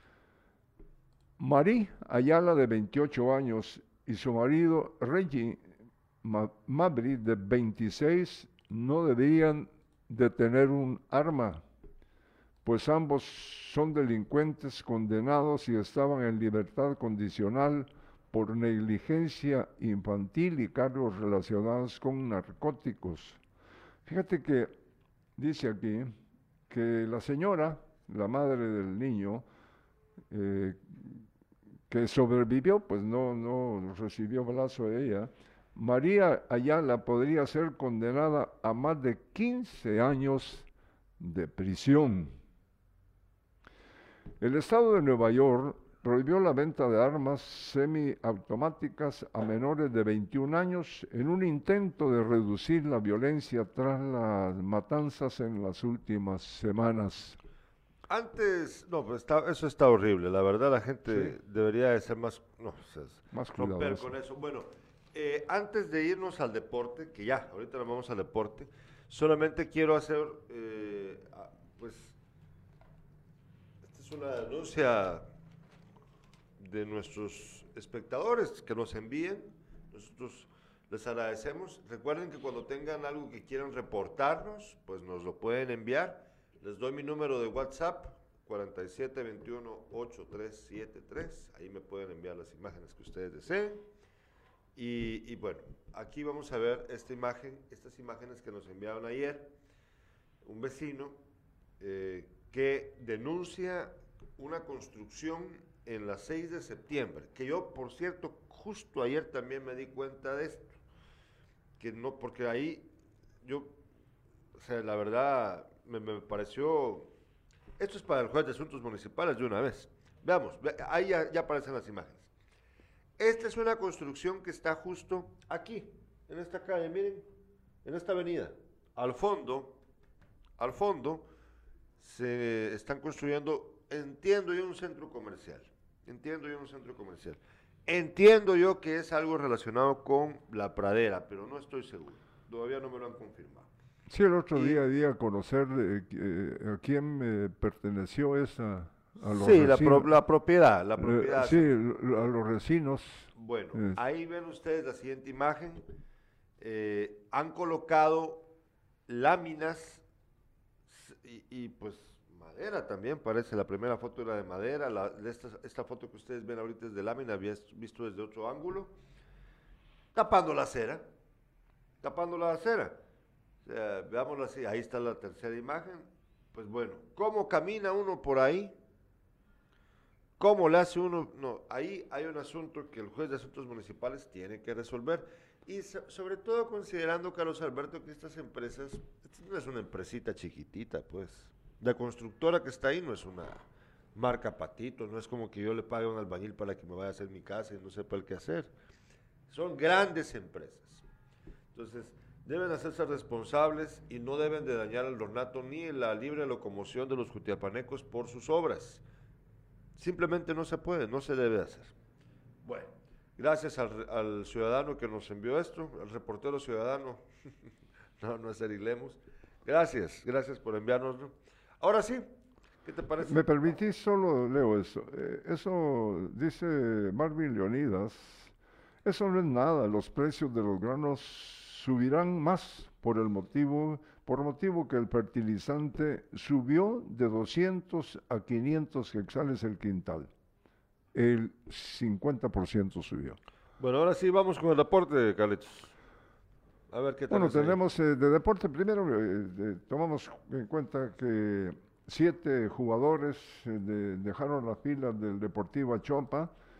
Marie Ayala, de veintiocho años, y su marido Reggie Mabry, de veintiséis, no debían de tener un arma, pues ambos son delincuentes condenados y estaban en libertad condicional por negligencia infantil y cargos relacionados con narcóticos. Fíjate que dice aquí que la señora, la madre del niño, eh, que sobrevivió, pues no, no recibió balazo de ella, María Ayala podría ser condenada a más de quince años de prisión. El estado de Nueva York prohibió la venta de armas semiautomáticas a menores de veintiún años en un intento de reducir la violencia tras las matanzas en las últimas semanas. Antes, no, pues está, eso está horrible. La verdad, la gente sí. debería de ser más, no, o sea, más romper con eso. Bueno, eh, antes de irnos al deporte, que ya, ahorita nos vamos al deporte, solamente quiero hacer, eh, pues, esta es una denuncia de nuestros espectadores que nos envíen. Nosotros les agradecemos. Recuerden que cuando tengan algo que quieran reportarnos, pues nos lo pueden enviar. Les doy mi número de WhatsApp, cuarenta y siete veintiuno ochenta y tres setenta y tres. Ahí me pueden enviar las imágenes que ustedes deseen. Y, y bueno, aquí vamos a ver esta imagen, estas imágenes que nos enviaron ayer. Un vecino eh, que denuncia una construcción en la seis de septiembre, que yo, por cierto, justo ayer también me di cuenta de esto, que no, porque ahí yo, o sea, la verdad, me, me pareció, esto es para el juez de asuntos municipales de una vez. Veamos, ve, ahí ya, ya aparecen las imágenes. Esta es una construcción que está justo aquí, en esta calle, miren, en esta avenida. Al fondo, al fondo, se están construyendo, entiendo yo, un centro comercial. Entiendo yo un centro comercial. Entiendo yo que es algo relacionado con la pradera, pero no estoy seguro. Todavía no me lo han confirmado. Sí, el otro y, día di a conocer eh, eh, a quién eh, perteneció esa... A los sí, la, pro, la propiedad. La propiedad. Eh, sí, a los vecinos. Bueno, eh. ahí ven ustedes la siguiente imagen. Eh, han colocado láminas y, y pues... madera también, parece, la primera foto era de madera, la, esta, esta foto que ustedes ven ahorita es de lámina, había visto desde otro ángulo, tapando la acera, tapando la acera, o sea, veámoslo así, ahí está la tercera imagen. Pues bueno, ¿cómo camina uno por ahí? ¿Cómo le hace uno? No, ahí hay un asunto que el juez de asuntos municipales tiene que resolver, y so, sobre todo considerando, Carlos Alberto, que estas empresas, esta no es una empresita chiquitita, pues. La constructora que está ahí no es una marca Patito, no es como que yo le pague a un albañil para que me vaya a hacer mi casa y no sepa el qué hacer. Son grandes empresas. Entonces, deben hacerse responsables y no deben de dañar el ornato ni la libre locomoción de los jutiapanecos por sus obras. Simplemente no se puede, no se debe hacer. Bueno, gracias al, al ciudadano que nos envió esto, al reportero ciudadano, no, no es Eric Lemos. Gracias, gracias por enviárnoslo. Ahora sí, ¿qué te parece? Me permitís, solo leo eso. Eh, eso dice Marvin Leonidas, eso no es nada, los precios de los granos subirán más por el motivo, por motivo que el fertilizante subió de doscientos a quinientos quetzales el quintal. El cincuenta por ciento subió. Bueno, ahora sí vamos con el deporte, Carlitos. A ver, ¿qué tal? Bueno, tenemos eh, de deporte primero, eh, de, tomamos en cuenta que siete jugadores eh, de, dejaron las filas del Deportivo Achompa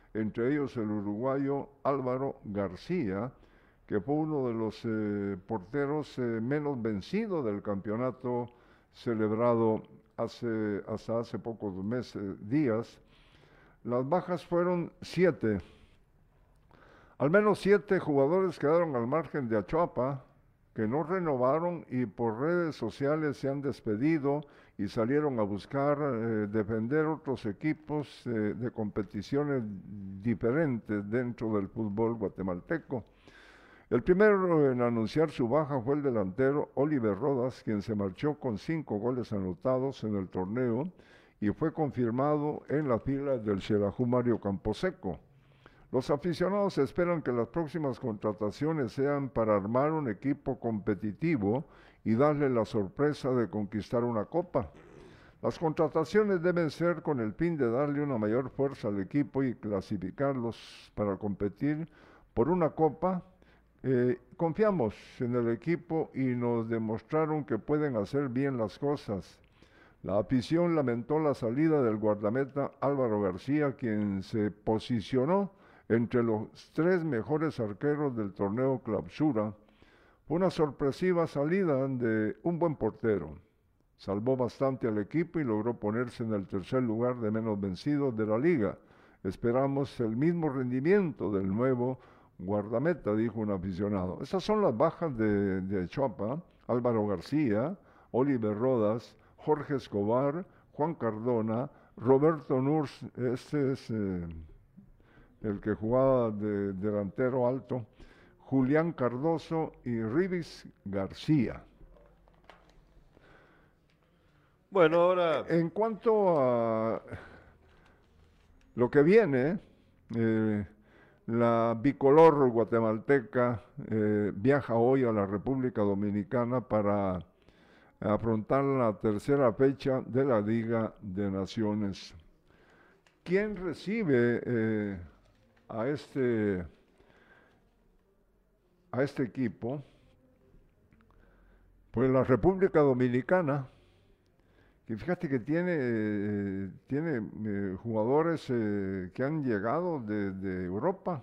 entre ellos el uruguayo Álvaro García, que fue uno de los eh, porteros eh, menos vencidos del campeonato celebrado hace, hasta hace pocos meses, días. Las bajas fueron siete. Al menos siete jugadores quedaron al margen de Achuapa, que no renovaron y por redes sociales se han despedido y salieron a buscar eh, defender otros equipos eh, de competiciones diferentes dentro del fútbol guatemalteco. El primero en anunciar su baja fue el delantero Oliver Rodas, quien se marchó con cinco goles anotados en el torneo y fue confirmado en la fila del Xelajú Mario Camposeco. Los aficionados esperan que las próximas contrataciones sean para armar un equipo competitivo y darle la sorpresa de conquistar una copa. Las contrataciones deben ser con el fin de darle una mayor fuerza al equipo y clasificarlos para competir por una copa. Eh, confiamos en el equipo y nos demostraron que pueden hacer bien las cosas. La afición lamentó la salida del guardameta Álvaro García, quien se posicionó entre los tres mejores arqueros del torneo Clausura. Fue una sorpresiva salida de un buen portero. Salvó bastante al equipo y logró ponerse en el tercer lugar de menos vencidos de la liga. Esperamos el mismo rendimiento del nuevo guardameta, dijo un aficionado. Esas son las bajas de, de Achuapa: Álvaro García, Oliver Rodas, Jorge Escobar, Juan Cardona, Roberto Nurs, este es eh, el que jugaba de delantero alto, Julián Cardoso y Ribis García. Bueno, ahora... En cuanto a lo que viene, eh, la bicolor guatemalteca eh, viaja hoy a la República Dominicana para afrontar la tercera fecha de la Liga de Naciones. ¿Quién recibe eh, a este a este equipo? Pues la República Dominicana, que fíjate que tiene, eh, tiene eh, jugadores eh, que han llegado de, de Europa.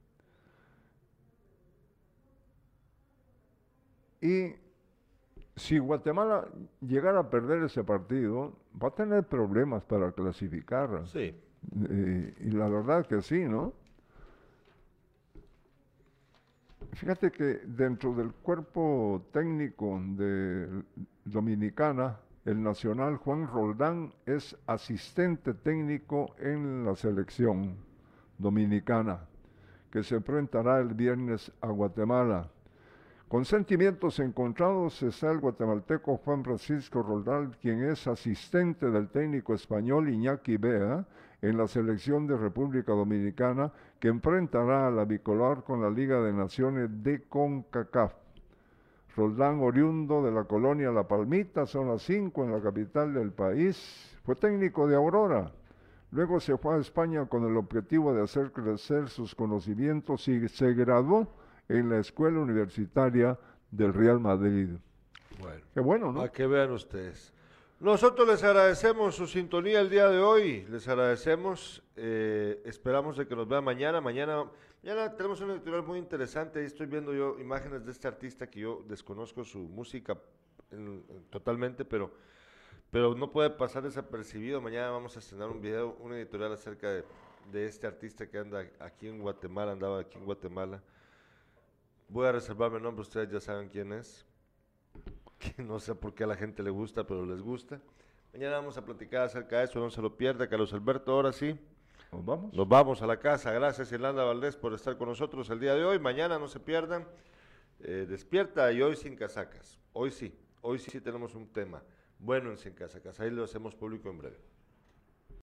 Y si Guatemala llegara a perder ese partido, va a tener problemas para clasificar. Sí. Eh, y la verdad que sí, ¿no? Fíjate que dentro del cuerpo técnico de Dominicana, el nacional Juan Roldán es asistente técnico en la selección dominicana, que se enfrentará el viernes a Guatemala. Con sentimientos encontrados está el guatemalteco Juan Francisco Roldán, quien es asistente del técnico español Iñaki Bea en la selección de República Dominicana, que enfrentará a la bicolor con la Liga de Naciones de CONCACAF. Roldán, oriundo de la colonia La Palmita, zona cinco, en la capital del país, fue técnico de Aurora. Luego se fue a España con el objetivo de hacer crecer sus conocimientos y se graduó en la Escuela Universitaria del Real Madrid. Bueno, qué bueno, ¿no? A que vean ustedes. Nosotros les agradecemos su sintonía el día de hoy, les agradecemos, eh, esperamos de que nos vean mañana. Mañana mañana tenemos un editorial muy interesante, ahí estoy viendo yo imágenes de este artista que yo desconozco su música en, en, totalmente, pero, pero no puede pasar desapercibido. Mañana vamos a estrenar un video, un editorial acerca de, de este artista que anda aquí en Guatemala, andaba aquí en Guatemala. Voy a reservarme el nombre, ustedes ya saben quién es. Que no sé por qué a la gente le gusta, pero les gusta. Mañana vamos a platicar acerca de eso, no se lo pierda. Carlos Alberto, ahora sí. ¿Nos vamos? Nos vamos a la casa. Gracias, Irlanda Valdés, por estar con nosotros el día de hoy. Mañana no se pierdan. Eh, despierta y hoy sin casacas. Hoy sí, hoy sí tenemos un tema bueno en Sin Casacas. Ahí lo hacemos público en breve.